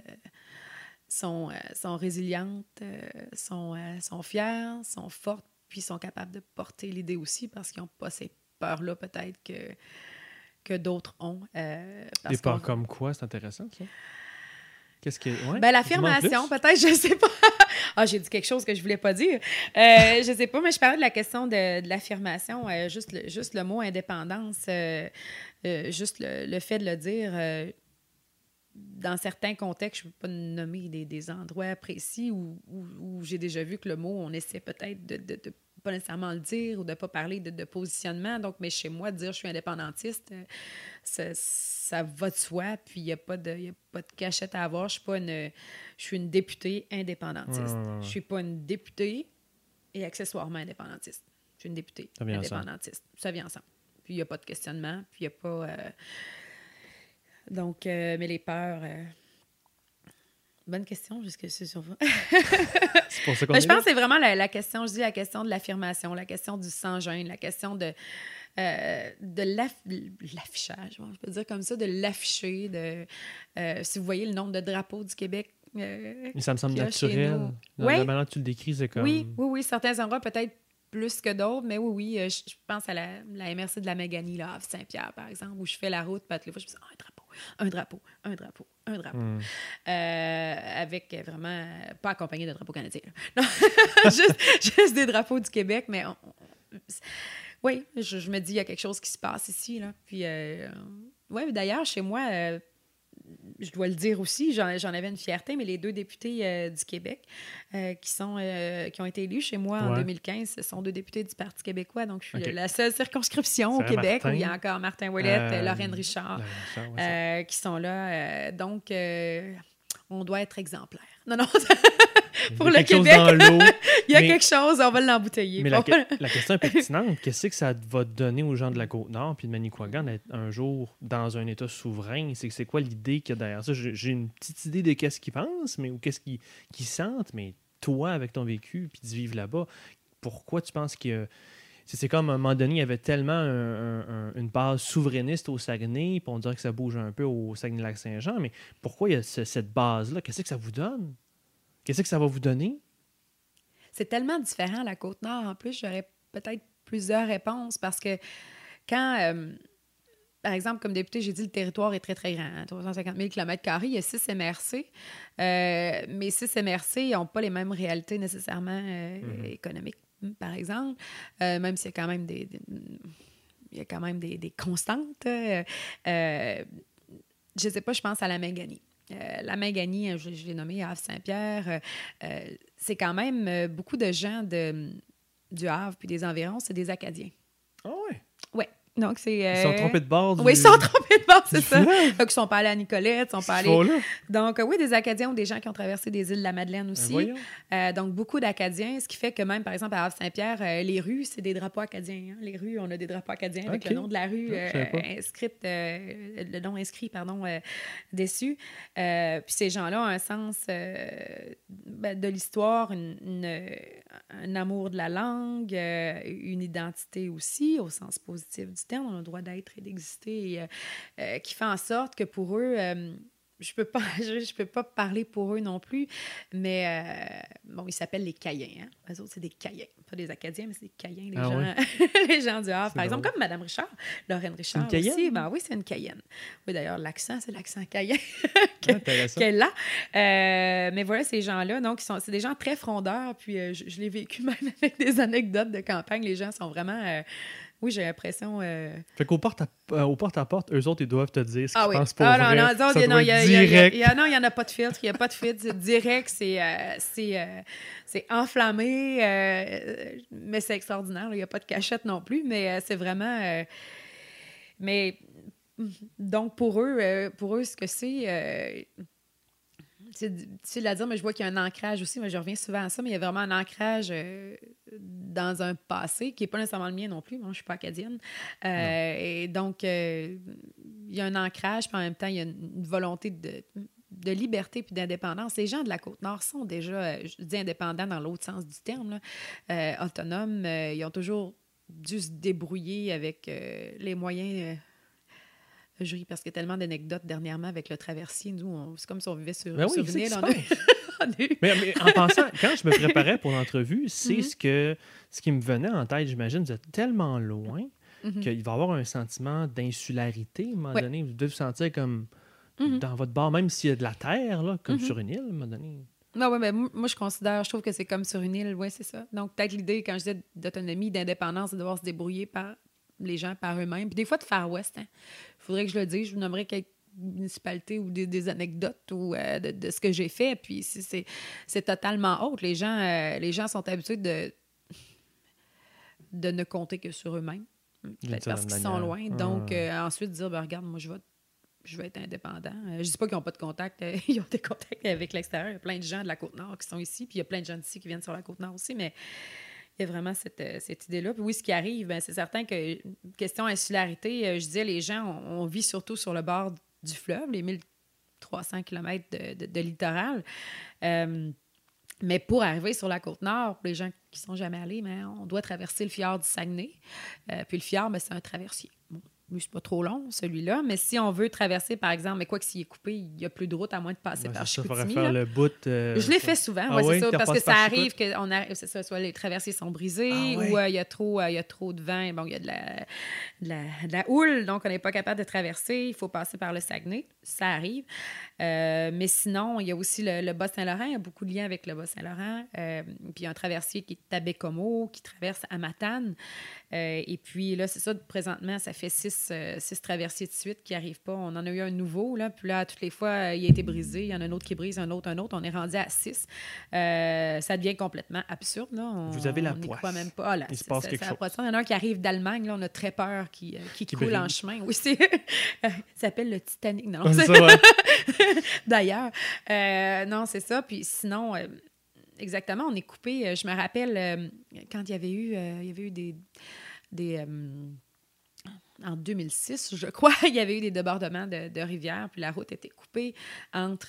sont résilientes, sont fières, sont fortes, puis sont capables de porter l'idée aussi parce qu'ils n'ont pas ces peurs-là peut-être que d'autres ont. Des peurs comme quoi? C'est intéressant, ça? Qu'est-ce que... Ouais, ben, l'affirmation, peut-être, je ne sais pas. J'ai dit quelque chose que je ne voulais pas dire. Je ne sais pas, mais je parlais de la question de l'affirmation. Juste le mot indépendance, juste le fait de le dire, dans certains contextes, je ne peux pas nommer des endroits précis où j'ai déjà vu que le mot, on essaie peut-être de pas nécessairement le dire ou de ne pas parler de positionnement. Donc, mais chez moi, de dire je suis indépendantiste, ça va de soi, puis il n'y a pas de cachette à avoir. Je suis une députée indépendantiste. Je ne suis pas une députée et accessoirement indépendantiste. Je suis une députée indépendantiste. Ça vient ensemble. Puis il n'y a pas de questionnement, puis il n'y a pas... Donc, mais les peurs... Bonne question, jusque sur vous. C'est pour ça qu'on je pense que c'est vraiment la question, je dis la question de l'affirmation, la question du sans-gêne, la question de l'affichage, je peux dire comme ça, de l'afficher. Si vous voyez le nombre de drapeaux du Québec. Ça me semble naturel. La manière dont tu le décris, c'est comme... Oui. Certains endroits peut-être plus que d'autres, mais oui. Je pense à la MRC de la Méganie, là, à Saint-Pierre, par exemple, où je fais la route, puis les fois, je me dis, un drapeau. Avec vraiment, pas accompagné de drapeau canadien. Non, juste des drapeaux du Québec, mais oui, je me dis, il y a quelque chose qui se passe ici. Là. Puis, d'ailleurs, chez moi, je dois le dire aussi, j'en avais une fierté, mais les 2 députés du Québec qui ont été élus chez moi en 2015, ce sont 2 députés du Parti québécois. Donc, je suis la seule circonscription au Québec où il y a encore Martin Ouellette, Lorraine Richard, qui sont là. Donc, on doit être exemplaire. Non, pour le quelque chose Québec. dans l'eau. Il y a quelque chose, on va l'embouteiller. Mais la question est pertinente. Qu'est-ce que ça va donner aux gens de la Côte-Nord puis de Manicouagan d'être un jour dans un État souverain? C'est quoi l'idée qu'il y a derrière ça? J'ai une petite idée de qu'est-ce qu'ils pensent ou qu'est-ce qu'ils sentent, mais toi, avec ton vécu puis de vivre là-bas, pourquoi tu penses que... C'est comme à un moment donné, il y avait tellement une base souverainiste au Saguenay, puis on dirait que ça bouge un peu au Saguenay-Lac-Saint-Jean, mais pourquoi il y a cette base-là? Qu'est-ce que ça vous donne? Qu'est-ce que ça va vous donner? C'est tellement différent, la Côte-Nord. En plus, j'aurais peut-être plusieurs réponses parce que quand, par exemple, comme député, j'ai dit le territoire est très, très grand, hein, 350 000 km², il y a 6 MRC. Mais 6 MRC n'ont pas les mêmes réalités nécessairement économiques. Par exemple, même s'il y a quand même des constantes. Je ne sais pas, je pense à la Mingani. La Mingani, je l'ai nommée Havre-Saint-Pierre, c'est quand même beaucoup de gens du Havre puis des environs, c'est des Acadiens. Ah oui? Oui. Donc, c'est... Ils sont trompés de bord. Oui, ils sont trompés de bord, c'est ça. Donc, ils ne sont pas allés à Nicolette, ils sont pas allés... Là. Donc, oui, des Acadiens ou des gens qui ont traversé des îles de la Madeleine aussi. Donc, beaucoup d'Acadiens, ce qui fait que même, par exemple, à Havre-Saint-Pierre, les rues, c'est des drapeaux acadiens. Hein. Les rues, on a des drapeaux acadiens avec le nom de la rue le nom inscrit, dessus. Puis ces gens-là ont un sens de l'histoire, un amour de la langue, une identité aussi, au sens positif du terme, on a le droit d'être et d'exister, qui fait en sorte que pour eux, je peux pas parler pour eux non plus, mais ils s'appellent les Caïens. Hein? Eux autres, c'est des Caïens. Pas des Acadiens, mais c'est des Caïens, les gens du Havre. Par exemple, comme Mme Richard, Lorraine Richard aussi. Oui, c'est une Cayenne. Oui, d'ailleurs, l'accent, c'est l'accent Caïen qu'elle a. Mais voilà, ces gens-là, donc, c'est des gens très frondeurs, puis je l'ai vécu même avec des anecdotes de campagne. Les gens sont vraiment... oui, j'ai l'impression... Fait qu'au porte-à-porte, eux autres, ils doivent te dire ce qu'ils pensent pour vrai. Non, il n'y en a pas de filtre. Il n'y a pas de filtre. C'est direct, c'est enflammé, mais c'est extraordinaire. Il n'y a pas de cachette non plus, mais c'est vraiment... mais donc, pour eux, ce que c'est difficile à dire, mais je vois qu'il y a un ancrage aussi. Moi, je reviens souvent à ça, mais il y a vraiment un ancrage dans un passé qui n'est pas nécessairement le mien non plus. Moi, je ne suis pas acadienne. Et donc, il y a un ancrage, puis en même temps, il y a une volonté de liberté puis d'indépendance. Les gens de la Côte-Nord sont déjà, je dis indépendants dans l'autre sens du terme, là, autonomes. Ils ont toujours dû se débrouiller avec les moyens... Je ris parce qu'il y a tellement d'anecdotes dernièrement avec le traversier. Nous, c'est comme si on vivait sur une île. Mais en pensant, quand je me préparais pour l'entrevue, c'est ce qui me venait en tête. J'imagine, vous êtes tellement loin qu'il va y avoir un sentiment d'insularité. À un moment donné, vous devez vous sentir comme dans votre bar, même s'il y a de la terre, là, comme sur une île, à un moment donné. Non, oui, mais moi, je trouve que c'est comme sur une île. Oui, c'est ça. Donc, peut-être l'idée, quand je disais d'autonomie, d'indépendance, c'est de devoir se débrouiller par les gens par eux-mêmes. Puis des fois, de Far West, il faudrait que je le dise. Je vous nommerai quelques municipalités ou des anecdotes ou de ce que j'ai fait. Puis c'est totalement autre. Les gens sont habitués de ne compter que sur eux-mêmes. Peut-être parce qu'ils sont loin. Donc, ensuite, dire, regarde, moi, je vais être indépendant. Je dis pas qu'ils n'ont pas de contact. Ils ont des contacts avec l'extérieur. Il y a plein de gens de la Côte-Nord qui sont ici. Puis il y a plein de gens d'ici qui viennent sur la Côte-Nord aussi. Mais il y a vraiment cette idée-là. Puis oui, ce qui arrive, c'est certain que, question insularité, je disais, les gens, on vit surtout sur le bord du fleuve, les 1300 km de littoral. Mais pour arriver sur la Côte-Nord, pour les gens qui ne sont jamais allés, on doit traverser le fjord du Saguenay. Puis le fjord, c'est un traversier. Bon. Lui, c'est pas trop long, celui-là. Mais si on veut traverser, par exemple, mais quoi que s'il est coupé, il n'y a plus de route à moins de passer par Chicoutimi. Faire le bout. Je l'ai fait souvent, c'est ça. Parce que ça arrive que c'est ça, soit les traversiers sont brisés ou il y a trop de vent. Bon, il y a de la houle, donc on n'est pas capable de traverser. Il faut passer par le Saguenay. Ça arrive. Mais sinon, il y a aussi le Bas-Saint-Laurent. Il y a beaucoup de liens avec le Bas-Saint-Laurent. Puis il y a un traversier qui est à Baie-Comeau, qui traverse à Matane. Et puis là, c'est ça, présentement, ça fait 6 traversiers de suite qui n'arrivent pas. On en a eu un nouveau, là, puis là, toutes les fois, il a été brisé. Il y en a un autre qui brise, un autre. On est rendu à 6. Ça devient complètement absurde. Là. Vous avez la poisse. On n'y poisse. croit même pas. Il se passe quelque chose. Il y en a un qui arrive d'Allemagne. Là, on a très peur qui coule en chemin. Oui, ça s'appelle le Titanic. Non, c'est ça, ouais. D'ailleurs. Non, c'est ça. Puis sinon... exactement, on est coupé. Je me rappelle quand il y avait eu des en 2006, je crois, il y avait eu des débordements de rivières, puis la route était coupée entre,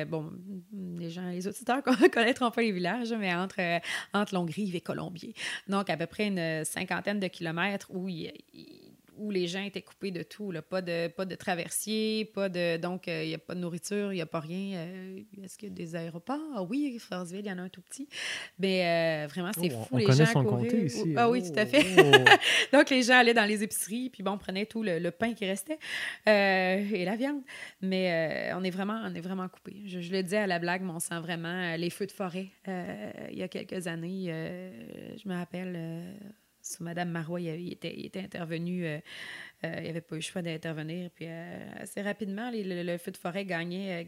les auditeurs connaîtront pas les villages, mais entre Longrive et Colombier. Donc, à peu près une 50aine de kilomètres où les gens étaient coupés de tout, là. Pas de traversier, donc il n'y a pas de nourriture, il n'y a pas rien. Est-ce qu'il y a des aéroports? Oui, Franceville, il y en a un tout petit. Mais vraiment, c'est fou, les gens son couraient. comté ici. Ah oui, tout à fait. Donc, les gens allaient dans les épiceries, puis bon, prenaient tout le pain qui restait et la viande. Mais on est vraiment coupés. Je le disais à la blague, mais on sent vraiment les feux de forêt. Il y a quelques années, je me rappelle... Sous Mme Marois, il était intervenu. Il n'y avait pas eu le choix d'intervenir. Puis assez rapidement, le feu de forêt gagnait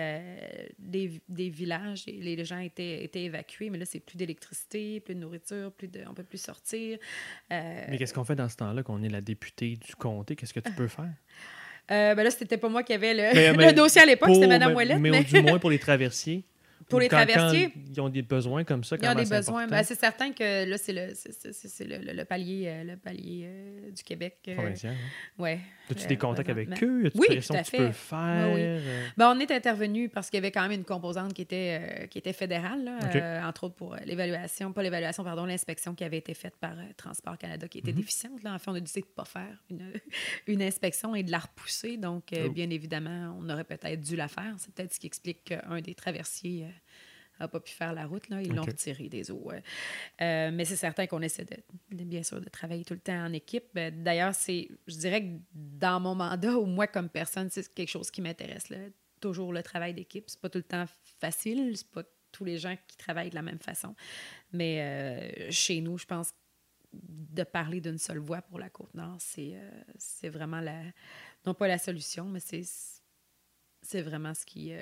des villages. Et les gens étaient évacués. Mais là, c'est plus d'électricité, plus de nourriture, on ne peut plus sortir. Mais qu'est-ce qu'on fait dans ce temps-là, qu'on est la députée du comté? Qu'est-ce que tu peux faire? Là, c'était pas moi qui avais le dossier à l'époque, c'était Mme Ouellette. Mais du moins pour les traversiers. Pour les traversiers. Quand ils ont des besoins comme ça, ils ont des besoins. Ben, c'est certain que là, c'est le palier du Québec. Provincial. Oui. As-tu des contacts avec eux? As-tu pression que tu peux faire? Oui. Ben, on est intervenu parce qu'il y avait quand même une composante qui était fédérale, là, entre autres pour l'inspection qui avait été faite par Transport Canada qui était déficiente. Là. En fait, on a décidé de ne pas faire une inspection et de la repousser. Donc, bien évidemment, on aurait peut-être dû la faire. C'est peut-être ce qui explique qu'un des traversiers n'a pas pu faire la route. Là. Ils l'ont retiré des eaux. Mais c'est certain qu'on essaie bien sûr de travailler tout le temps en équipe. D'ailleurs, je dirais que dans mon mandat, ou moi comme personne, c'est quelque chose qui m'intéresse. Là. Toujours le travail d'équipe. C'est pas tout le temps facile. C'est pas tous les gens qui travaillent de la même façon. Mais chez nous, je pense de parler d'une seule voix pour la Côte-Nord, c'est vraiment non pas la solution, mais c'est vraiment ce qui...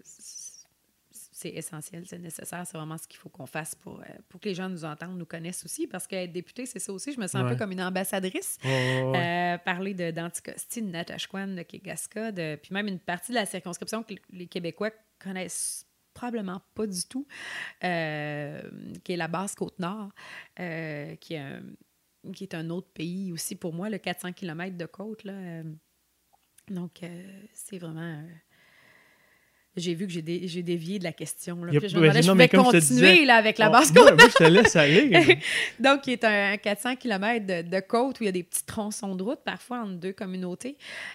c'est essentiel, c'est nécessaire, c'est vraiment ce qu'il faut qu'on fasse pour que les gens nous entendent, nous connaissent aussi, parce qu'être député, c'est ça aussi, je me sens un peu comme une ambassadrice. Parler d'Anticosti, de Natashquan, de Kegaska, puis même une partie de la circonscription que les Québécois connaissent probablement pas du tout, qui est la Basse-Côte-Nord, qui est un autre pays aussi pour moi, le 400 km de côte, là. Donc, c'est vraiment... J'ai vu que j'ai dévié de la question. Là. Je vais continuer là, avec la Basse-Côte. Moi, je te laisse aller. Donc, qui est un 400 km de côte où il y a des petits tronçons de route, parfois entre deux communautés,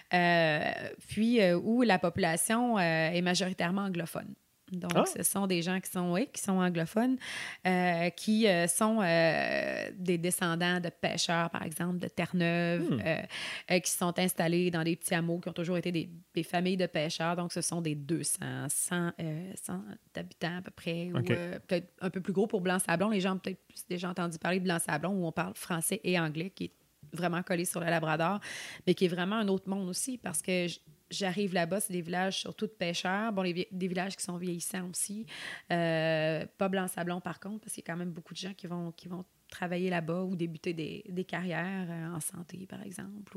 puis où la population est majoritairement anglophone. Donc, ce sont des gens qui sont anglophones, qui sont des descendants de pêcheurs, par exemple, de Terre-Neuve, qui sont installés dans des petits hameaux, qui ont toujours été des familles de pêcheurs. Donc, ce sont des 100 habitants à peu près, ou peut-être un peu plus gros pour Blanc-Sablon. Les gens ont peut-être déjà entendu parler de Blanc-Sablon, où on parle français et anglais, qui est vraiment collé sur le Labrador, mais qui est vraiment un autre monde aussi, parce que... J'arrive là-bas, c'est des villages surtout de pêcheurs. Bon, des villages qui sont vieillissants aussi. Pas Blanc-Sablon, par contre, parce qu'il y a quand même beaucoup de gens qui vont travailler là-bas ou débuter des carrières en santé, par exemple.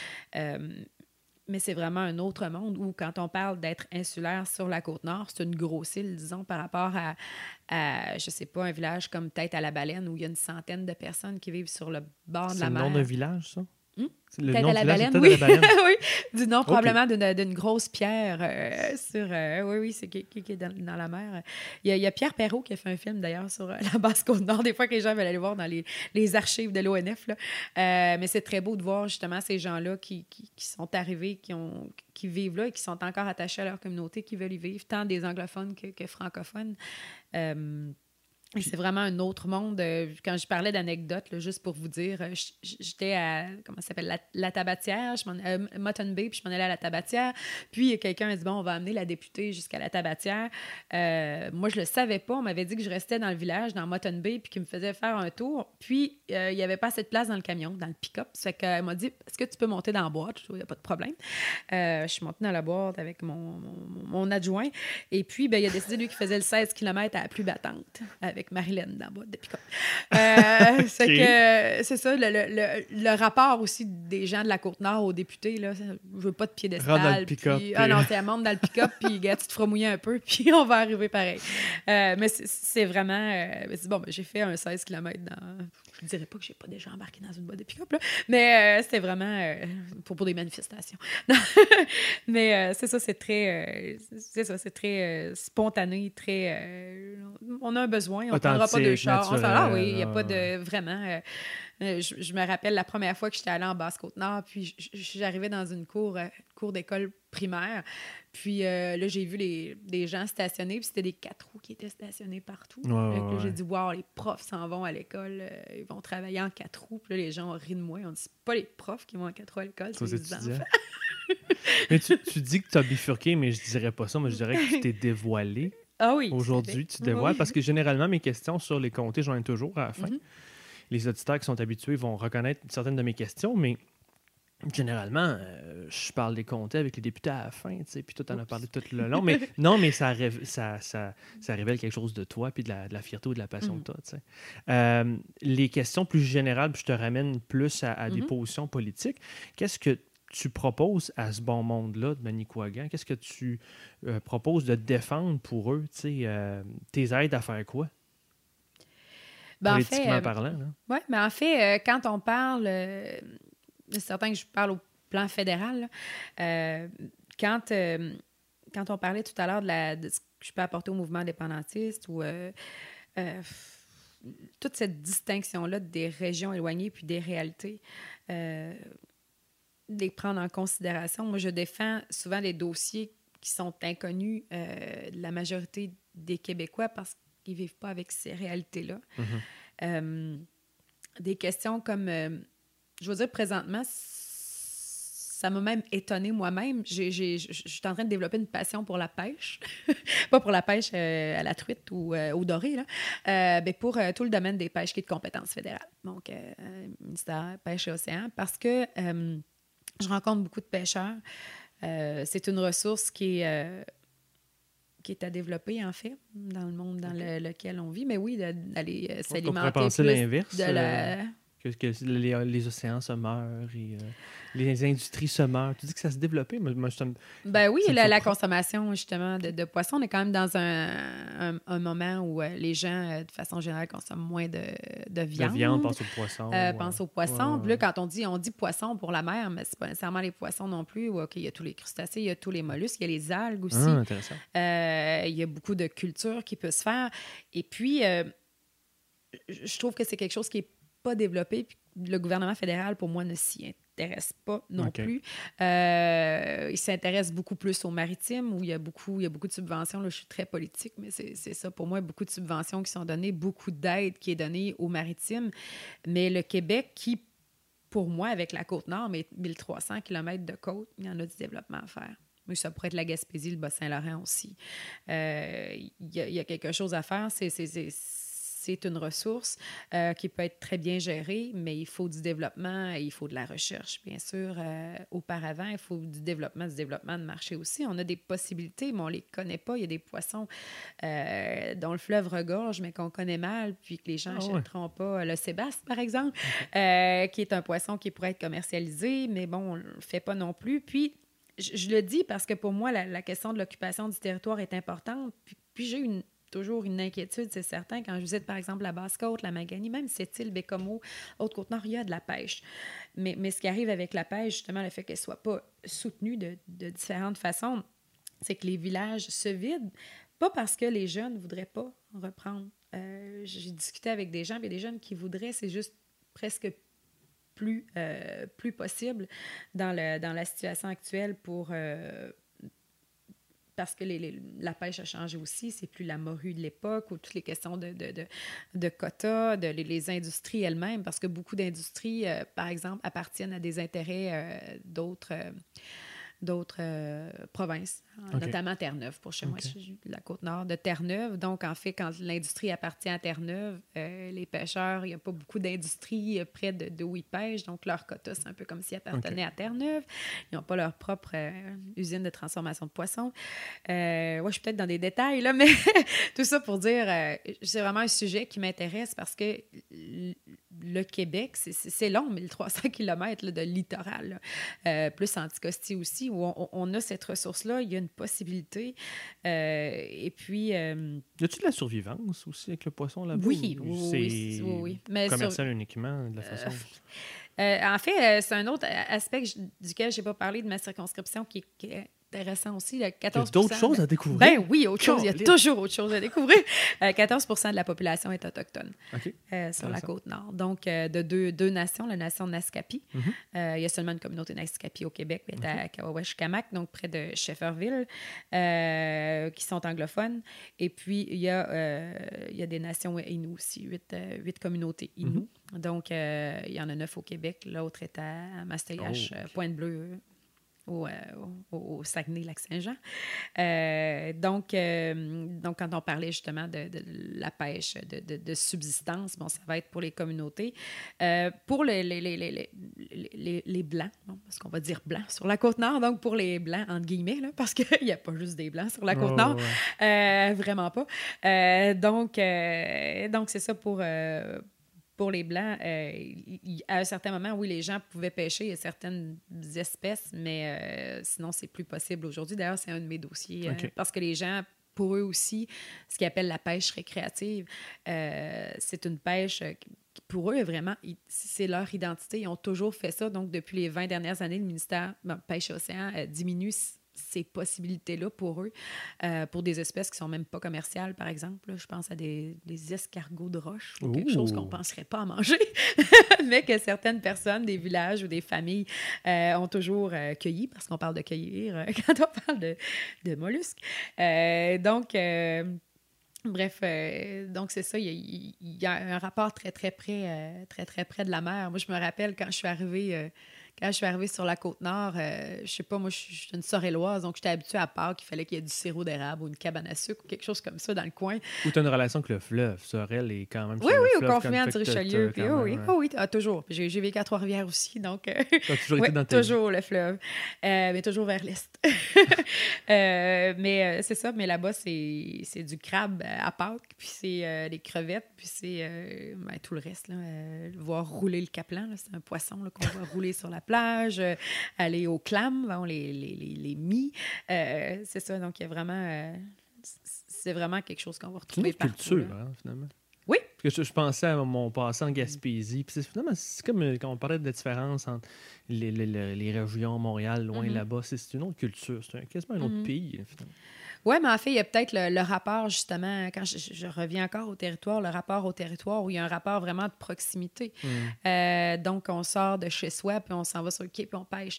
Mais c'est vraiment un autre monde où, quand on parle d'être insulaire sur la Côte-Nord, c'est une grosse île, disons, par rapport à je sais pas, un village comme Tête-à-la-Baleine où il y a une centaine de personnes qui vivent sur le bord de la mer. C'est le nom d'un village, ça? Tête-à-la-Baleine, oui. Oui, du nom probablement d'une grosse pierre c'est qui est dans la mer. Il y a Pierre Perrault qui a fait un film d'ailleurs sur la Basse-Côte-Nord, des fois que les gens veulent aller voir dans les archives de l'ONF. Là. Mais c'est très beau de voir justement ces gens-là qui sont arrivés, qui vivent là et qui sont encore attachés à leur communauté, qui veulent y vivre, tant des anglophones que francophones. Et c'est vraiment un autre monde. Quand je parlais d'anecdotes, là, juste pour vous dire, j'étais à, comment ça s'appelle, la Tabatière, Mutton Bay, puis je m'en allais à la Tabatière. Puis quelqu'un a dit, bon, on va amener la députée jusqu'à la Tabatière. Moi, je le savais pas. On m'avait dit que je restais dans le village, dans Mutton Bay, puis qu'il me faisait faire un tour. Puis, il n'y avait pas assez de place dans le camion, dans le pick-up. Ça fait qu'elle m'a dit, est-ce que tu peux monter dans la boîte? Il n'y a pas de problème. Je suis montée dans la boîte avec mon adjoint. Et puis, il a décidé, lui, qu'il faisait le 16 km à la plus battante, avec avec Marilyn dans Boîte de pick-up. C'est que c'est ça, le rapport aussi des gens de la Côte-Nord aux députés, là, je veux pas de piédestal. Rentre dans le pick-up. Ah non, c'est un monde dans le pick-up, puis gars, tu te feras mouiller un peu, puis on va arriver pareil. Mais c'est vraiment... c'est bon, j'ai fait un 16 km dans... Je dirais pas que j'ai pas déjà embarqué dans une boîte de pick-up, là, mais c'était vraiment pour des manifestations. Mais c'est ça, c'est très... c'est très spontané, très... on a un besoin, on ne prendra pas de char. On fait, ah oui, il n'y a pas de... Vraiment... je me rappelle la première fois que j'étais allée en Basse-Côte-Nord, puis j'arrivais dans une cour d'école primaire, puis là, j'ai vu des gens stationnés, puis c'était des 4 roues qui étaient stationnés partout. Là, j'ai dit, wow, les profs s'en vont à l'école, ils vont travailler en 4 roues, puis là, les gens ont ri de moi, on dit, c'est pas les profs qui vont en 4 roues à l'école, c'est les enfants. Mais tu dis que tu as bifurqué, mais je dirais pas ça, moi je dirais que tu t'es dévoilé. Ah oui. Aujourd'hui, tu te dévoiles, parce que généralement, mes questions sur les comtés, j'en ai toujours à la fin. Les auditeurs qui sont habitués vont reconnaître certaines de mes questions, mais généralement, je parle des comtés avec les députés à la fin, tu sais, puis toi, t'en as parlé tout le long. Mais non, mais ça révèle quelque chose de toi, puis de la fierté ou de la passion que tu as, tu sais. Les questions plus générales, puis je te ramène plus à des positions politiques. Qu'est-ce que tu proposes à ce bon monde-là de Manicouagan? Qu'est-ce que tu proposes de défendre pour eux? Tu sais, tes aides à faire quoi? Politiquement parlant. Oui, mais en fait, quand on parle... c'est certain que je parle au plan fédéral. Quand on parlait tout à l'heure de ce que je peux apporter au mouvement indépendantiste ou toute cette distinction-là des régions éloignées puis des réalités, les prendre en considération. Moi, je défends souvent les dossiers qui sont inconnus de la majorité des Québécois parce qu'ils ne vivent pas avec ces réalités-là. Des questions comme... je veux dire, présentement, ça m'a même étonnée moi-même. Je suis en train de développer une passion pour la pêche. Pas pour la pêche à la truite ou au doré, là. Mais pour tout le domaine des pêches qui est de compétence fédérale. Donc, ministère Pêche et Océan. Parce que je rencontre beaucoup de pêcheurs. C'est une ressource qui est à développer, en fait, dans le monde dans lequel on vit. Mais oui, d'aller s'alimenter. On pourrait penser l'inverse. Que les océans se meurent et les industries se meurent. Tu dis que ça se développait? Moi, ben oui, la consommation, justement, de poissons. On est quand même dans un moment où les gens, de façon générale, consomment moins de viande. De viande, pense aux poissons. Pense aux poissons. Puis là, quand on dit poissons pour la mer, mais c'est pas nécessairement les poissons non plus. OK, il y a tous les crustacés, il y a tous les mollusques, il y a les algues aussi. Intéressant. Il y a beaucoup de cultures qui peuvent se faire. Et puis, je trouve que c'est quelque chose qui est pas développé, puis le gouvernement fédéral, pour moi, ne s'y intéresse pas non plus. Il s'intéresse beaucoup plus aux maritimes, où il y a beaucoup de subventions. Là, je suis très politique, mais c'est ça. Pour moi, beaucoup de subventions qui sont données, beaucoup d'aide qui est donnée aux maritimes. Mais le Québec, qui, pour moi, avec la Côte-Nord, mais 1300 km de côte, il y en a du développement à faire. Mais ça pourrait être la Gaspésie, le Bas-Saint-Laurent aussi. Il y a quelque chose à faire. C'est une ressource qui peut être très bien gérée, mais il faut du développement, il faut de la recherche, bien sûr. Auparavant, il faut du développement de marché aussi. On a des possibilités, mais on ne les connaît pas. Il y a des poissons dont le fleuve regorge, mais qu'on connaît mal, puis que les gens n'achèteront pas. Le sébaste, par exemple, qui est un poisson qui pourrait être commercialisé, mais bon, on ne le fait pas non plus. Puis, je le dis parce que pour moi, la question de l'occupation du territoire est importante. Puis j'ai toujours une inquiétude, c'est certain. Quand je visite, par exemple, la Basse-Côte, la Maganie, même cette île, Bécomo, Haute-Côte-Nord, il y a de la pêche. Mais ce qui arrive avec la pêche, justement, le fait qu'elle ne soit pas soutenue de différentes façons, c'est que les villages se vident, pas parce que les jeunes ne voudraient pas reprendre. J'ai discuté avec des gens, puis des jeunes qui voudraient, c'est juste presque plus possible dans la situation actuelle parce que la pêche a changé aussi. C'est plus la morue de l'époque ou toutes les questions de quotas, les industries elles-mêmes, parce que beaucoup d'industries, par exemple, appartiennent à des intérêts d'autres d'autres provinces, notamment Terre-Neuve. Pour chez moi, je suis de la Côte-Nord de Terre-Neuve. Donc, en fait, quand l'industrie appartient à Terre-Neuve, les pêcheurs, il n'y a pas beaucoup d'industrie près de où ils pêchent. Donc, leur quota, c'est un peu comme s'ils appartenaient à Terre-Neuve. Ils n'ont pas leur propre usine de transformation de poissons. Je suis peut-être dans des détails, là, mais tout ça pour dire, c'est vraiment un sujet qui m'intéresse parce que le Québec, c'est long, 1300 km de littoral, plus Anticosti aussi, où on a cette ressource-là, il y a une possibilité. Et puis... y a-tu de la survivance aussi avec le poisson là-bas? Oui. Mais commercial uniquement, de la façon... en fait, c'est un autre aspect duquel je n'ai pas parlé de ma circonscription qui est intéressant aussi. 14%. Il y a d'autres choses à découvrir? Ben oui, autre chose. Il y a toujours autre chose à découvrir. 14% de la population est autochtone sur la Côte-Nord. Donc, de deux nations, la nation Naskapi. Il y a seulement une communauté Naskapi au Québec, mais à Kawawashkamak, donc près de Shefferville, qui sont anglophones. Et puis, il y a des nations Innu aussi, 8 communautés Innu. Donc, il y en a 9 au Québec. L'autre est à Mastayache, Pointe-Bleue, au Saguenay-Lac-Saint-Jean. Donc, quand on parlait justement de la pêche de subsistance, ça va être pour les communautés. Pour les Blancs, parce qu'on va dire Blancs sur la Côte-Nord, donc pour les Blancs, entre guillemets, là, parce qu'il n'y a pas juste des Blancs sur la Côte-Nord. Vraiment pas. Donc, c'est ça pour les Blancs, à un certain moment, oui, les gens pouvaient pêcher certaines espèces, mais sinon, c'est plus possible aujourd'hui. D'ailleurs, c'est un de mes dossiers, parce que les gens, pour eux aussi, ce qu'ils appellent la pêche récréative, c'est une pêche qui, pour eux, vraiment, c'est leur identité. Ils ont toujours fait ça. Donc, depuis les 20 dernières années, le ministère Pêche et Océan diminue ces possibilités-là pour eux, pour des espèces qui ne sont même pas commerciales, par exemple. Là, je pense à des escargots de roche ou quelque chose qu'on ne penserait pas à manger, mais que certaines personnes, des villages ou des familles ont toujours cueilli, parce qu'on parle de cueillir quand on parle de mollusques. Bref, donc c'est ça, il y a un rapport très, très près de la mer. Moi, je me rappelle quand je suis arrivée sur la Côte-Nord, je sais pas, moi, je suis une Sorelloise, donc j'étais habituée à Pâques qu'il fallait qu'il y ait du sirop d'érable ou une cabane à sucre ou quelque chose comme ça dans le coin. Ou tu as une relation avec le fleuve. Sorel est quand même... Oui, au confluent du Richelieu. Puis, oui, toujours. Puis j'ai vécu à Trois-Rivières aussi, donc... tu as toujours été dans toujours le fleuve, mais toujours vers l'est. Mais c'est ça, mais là-bas, c'est du crabe à Pâques, puis c'est les crevettes, puis c'est tout le reste, là, voir rouler le caplan, là, c'est un poisson là, qu'on voit rouler sur la plage, aller au clam, les mie. C'est ça, donc il y a vraiment... c'est vraiment quelque chose qu'on va retrouver partout. C'est une culture, hein, finalement. Oui. Parce que je pensais à mon passé en Gaspésie. Puis finalement, c'est comme quand on parlait de la différence entre les régions, Montréal, loin là-bas. C'est une autre culture. C'est quasiment un autre pays, finalement. Oui, mais en fait, il y a peut-être le rapport, justement, quand je reviens encore au territoire, le rapport au territoire où il y a un rapport vraiment de proximité. Donc, on sort de chez soi, puis on s'en va sur le quai, puis on pêche.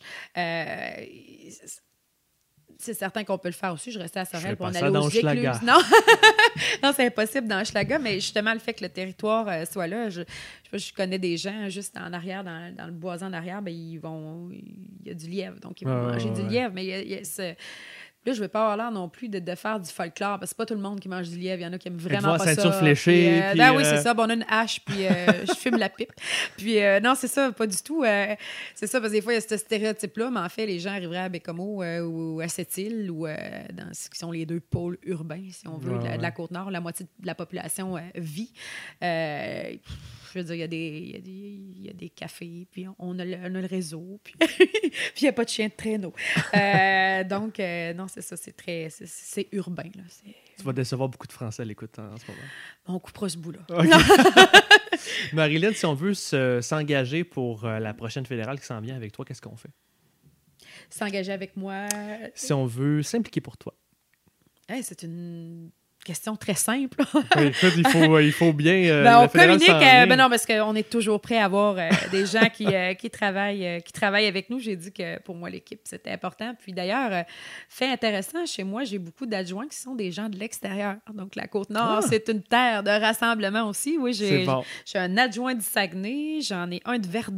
C'est certain qu'on peut le faire aussi. Je restais à Sorel, puis on allait aux écluses. Non, c'est impossible dans Hochelaga, mais justement, le fait que le territoire soit là, je connais des gens juste en arrière, dans le bois en arrière, il y a du lièvre, donc ils vont manger du lièvre, mais il y a ce... Là, je ne veux pas avoir l'air non plus de faire du folklore, parce que c'est pas tout le monde qui mange du lièvre. Il y en a qui aiment vraiment pas ça. Ceinture fléchée. Oui, c'est ça. Bon, on a une hache, puis je fume la pipe. Puis non, c'est ça, pas du tout. C'est ça, parce que des fois, il y a ce stéréotype-là, mais en fait, les gens arriveraient à Bécomo ou à Sept-Îles, ou dans ce qui sont les deux pôles urbains, si on veut, de la Côte-Nord. La moitié de la population vit. Je veux dire, il y a des cafés, puis on a le réseau, puis il n'y a pas de chien de traîneau. Donc, non, c'est ça, c'est urbain. Là. Tu vas décevoir beaucoup de Français à l'écoute en ce moment. On coupera ce bout-là. Okay. Marilyn, si on veut s'engager pour la prochaine fédérale qui s'en vient avec toi, qu'est-ce qu'on fait? S'engager avec moi? Si on veut s'impliquer pour toi. C'est une question très simple. Écoute, il faut bien... on communique, non, parce qu'on est toujours prêt à avoir des gens qui travaillent avec nous. J'ai dit que pour moi, l'équipe, c'était important. Puis d'ailleurs, fait intéressant, chez moi, j'ai beaucoup d'adjoints qui sont des gens de l'extérieur. Donc, la Côte-Nord, c'est une terre de rassemblement aussi. Oui, j'ai un adjoint du Saguenay, j'en ai un de Verdun.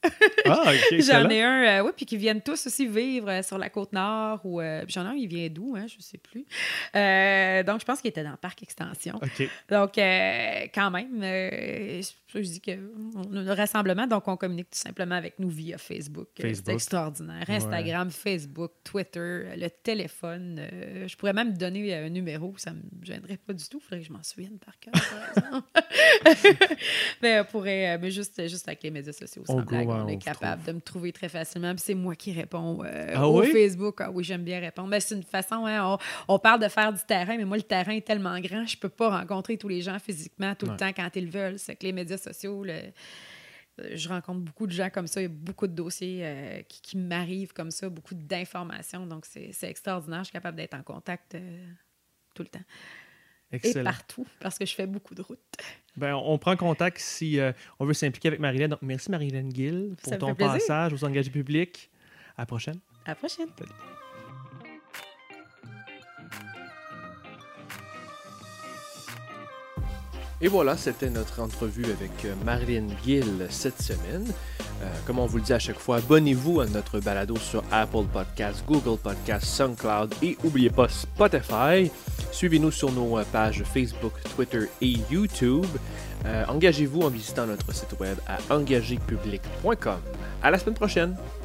Ah, OK. J'en ai un, oui, puis qui viennent tous aussi vivre sur la Côte-Nord. Ou j'en ai un, il vient d'où, hein, je ne sais plus. Donc, je pense qu'il était dans le parc Extension. OK. Donc, quand même, je dis qu'on a un rassemblement, donc on communique tout simplement avec nous via Facebook. C'est extraordinaire. Instagram, Facebook, Twitter, le téléphone. Je pourrais même donner un numéro, ça ne me gênerait pas du tout. Il faudrait que je m'en souvienne par cœur, par exemple. mais juste avec les médias sociaux, sans blague, on est capable de me trouver très facilement. Puis c'est moi qui réponds au Facebook. Ah oui, j'aime bien répondre. Mais c'est une façon, hein, on parle de faire du terrain, mais moi, le terrain est tellement grand, je ne peux pas rencontrer tous les gens physiquement tout le temps quand ils le veulent. C'est que les médias sociaux, je rencontre beaucoup de gens comme ça. Il y a beaucoup de dossiers qui m'arrivent comme ça, beaucoup d'informations. Donc, c'est extraordinaire. Je suis capable d'être en contact tout le temps. Excellent. Et partout, parce que je fais beaucoup de routes. Ben, on prend contact si on veut s'impliquer avec Marie-Hélène. Donc, merci Marie-Hélène Gill pour ton passage aux engagés publics. À la prochaine. À la prochaine. Salut. Et voilà, c'était notre entrevue avec Marie-Hélène Gill cette semaine. Comme on vous le dit à chaque fois, abonnez-vous à notre balado sur Apple Podcasts, Google Podcasts, SoundCloud et n'oubliez pas Spotify. Suivez-nous sur nos pages Facebook, Twitter et YouTube. Engagez-vous en visitant notre site web à engagépublic.com. À la semaine prochaine!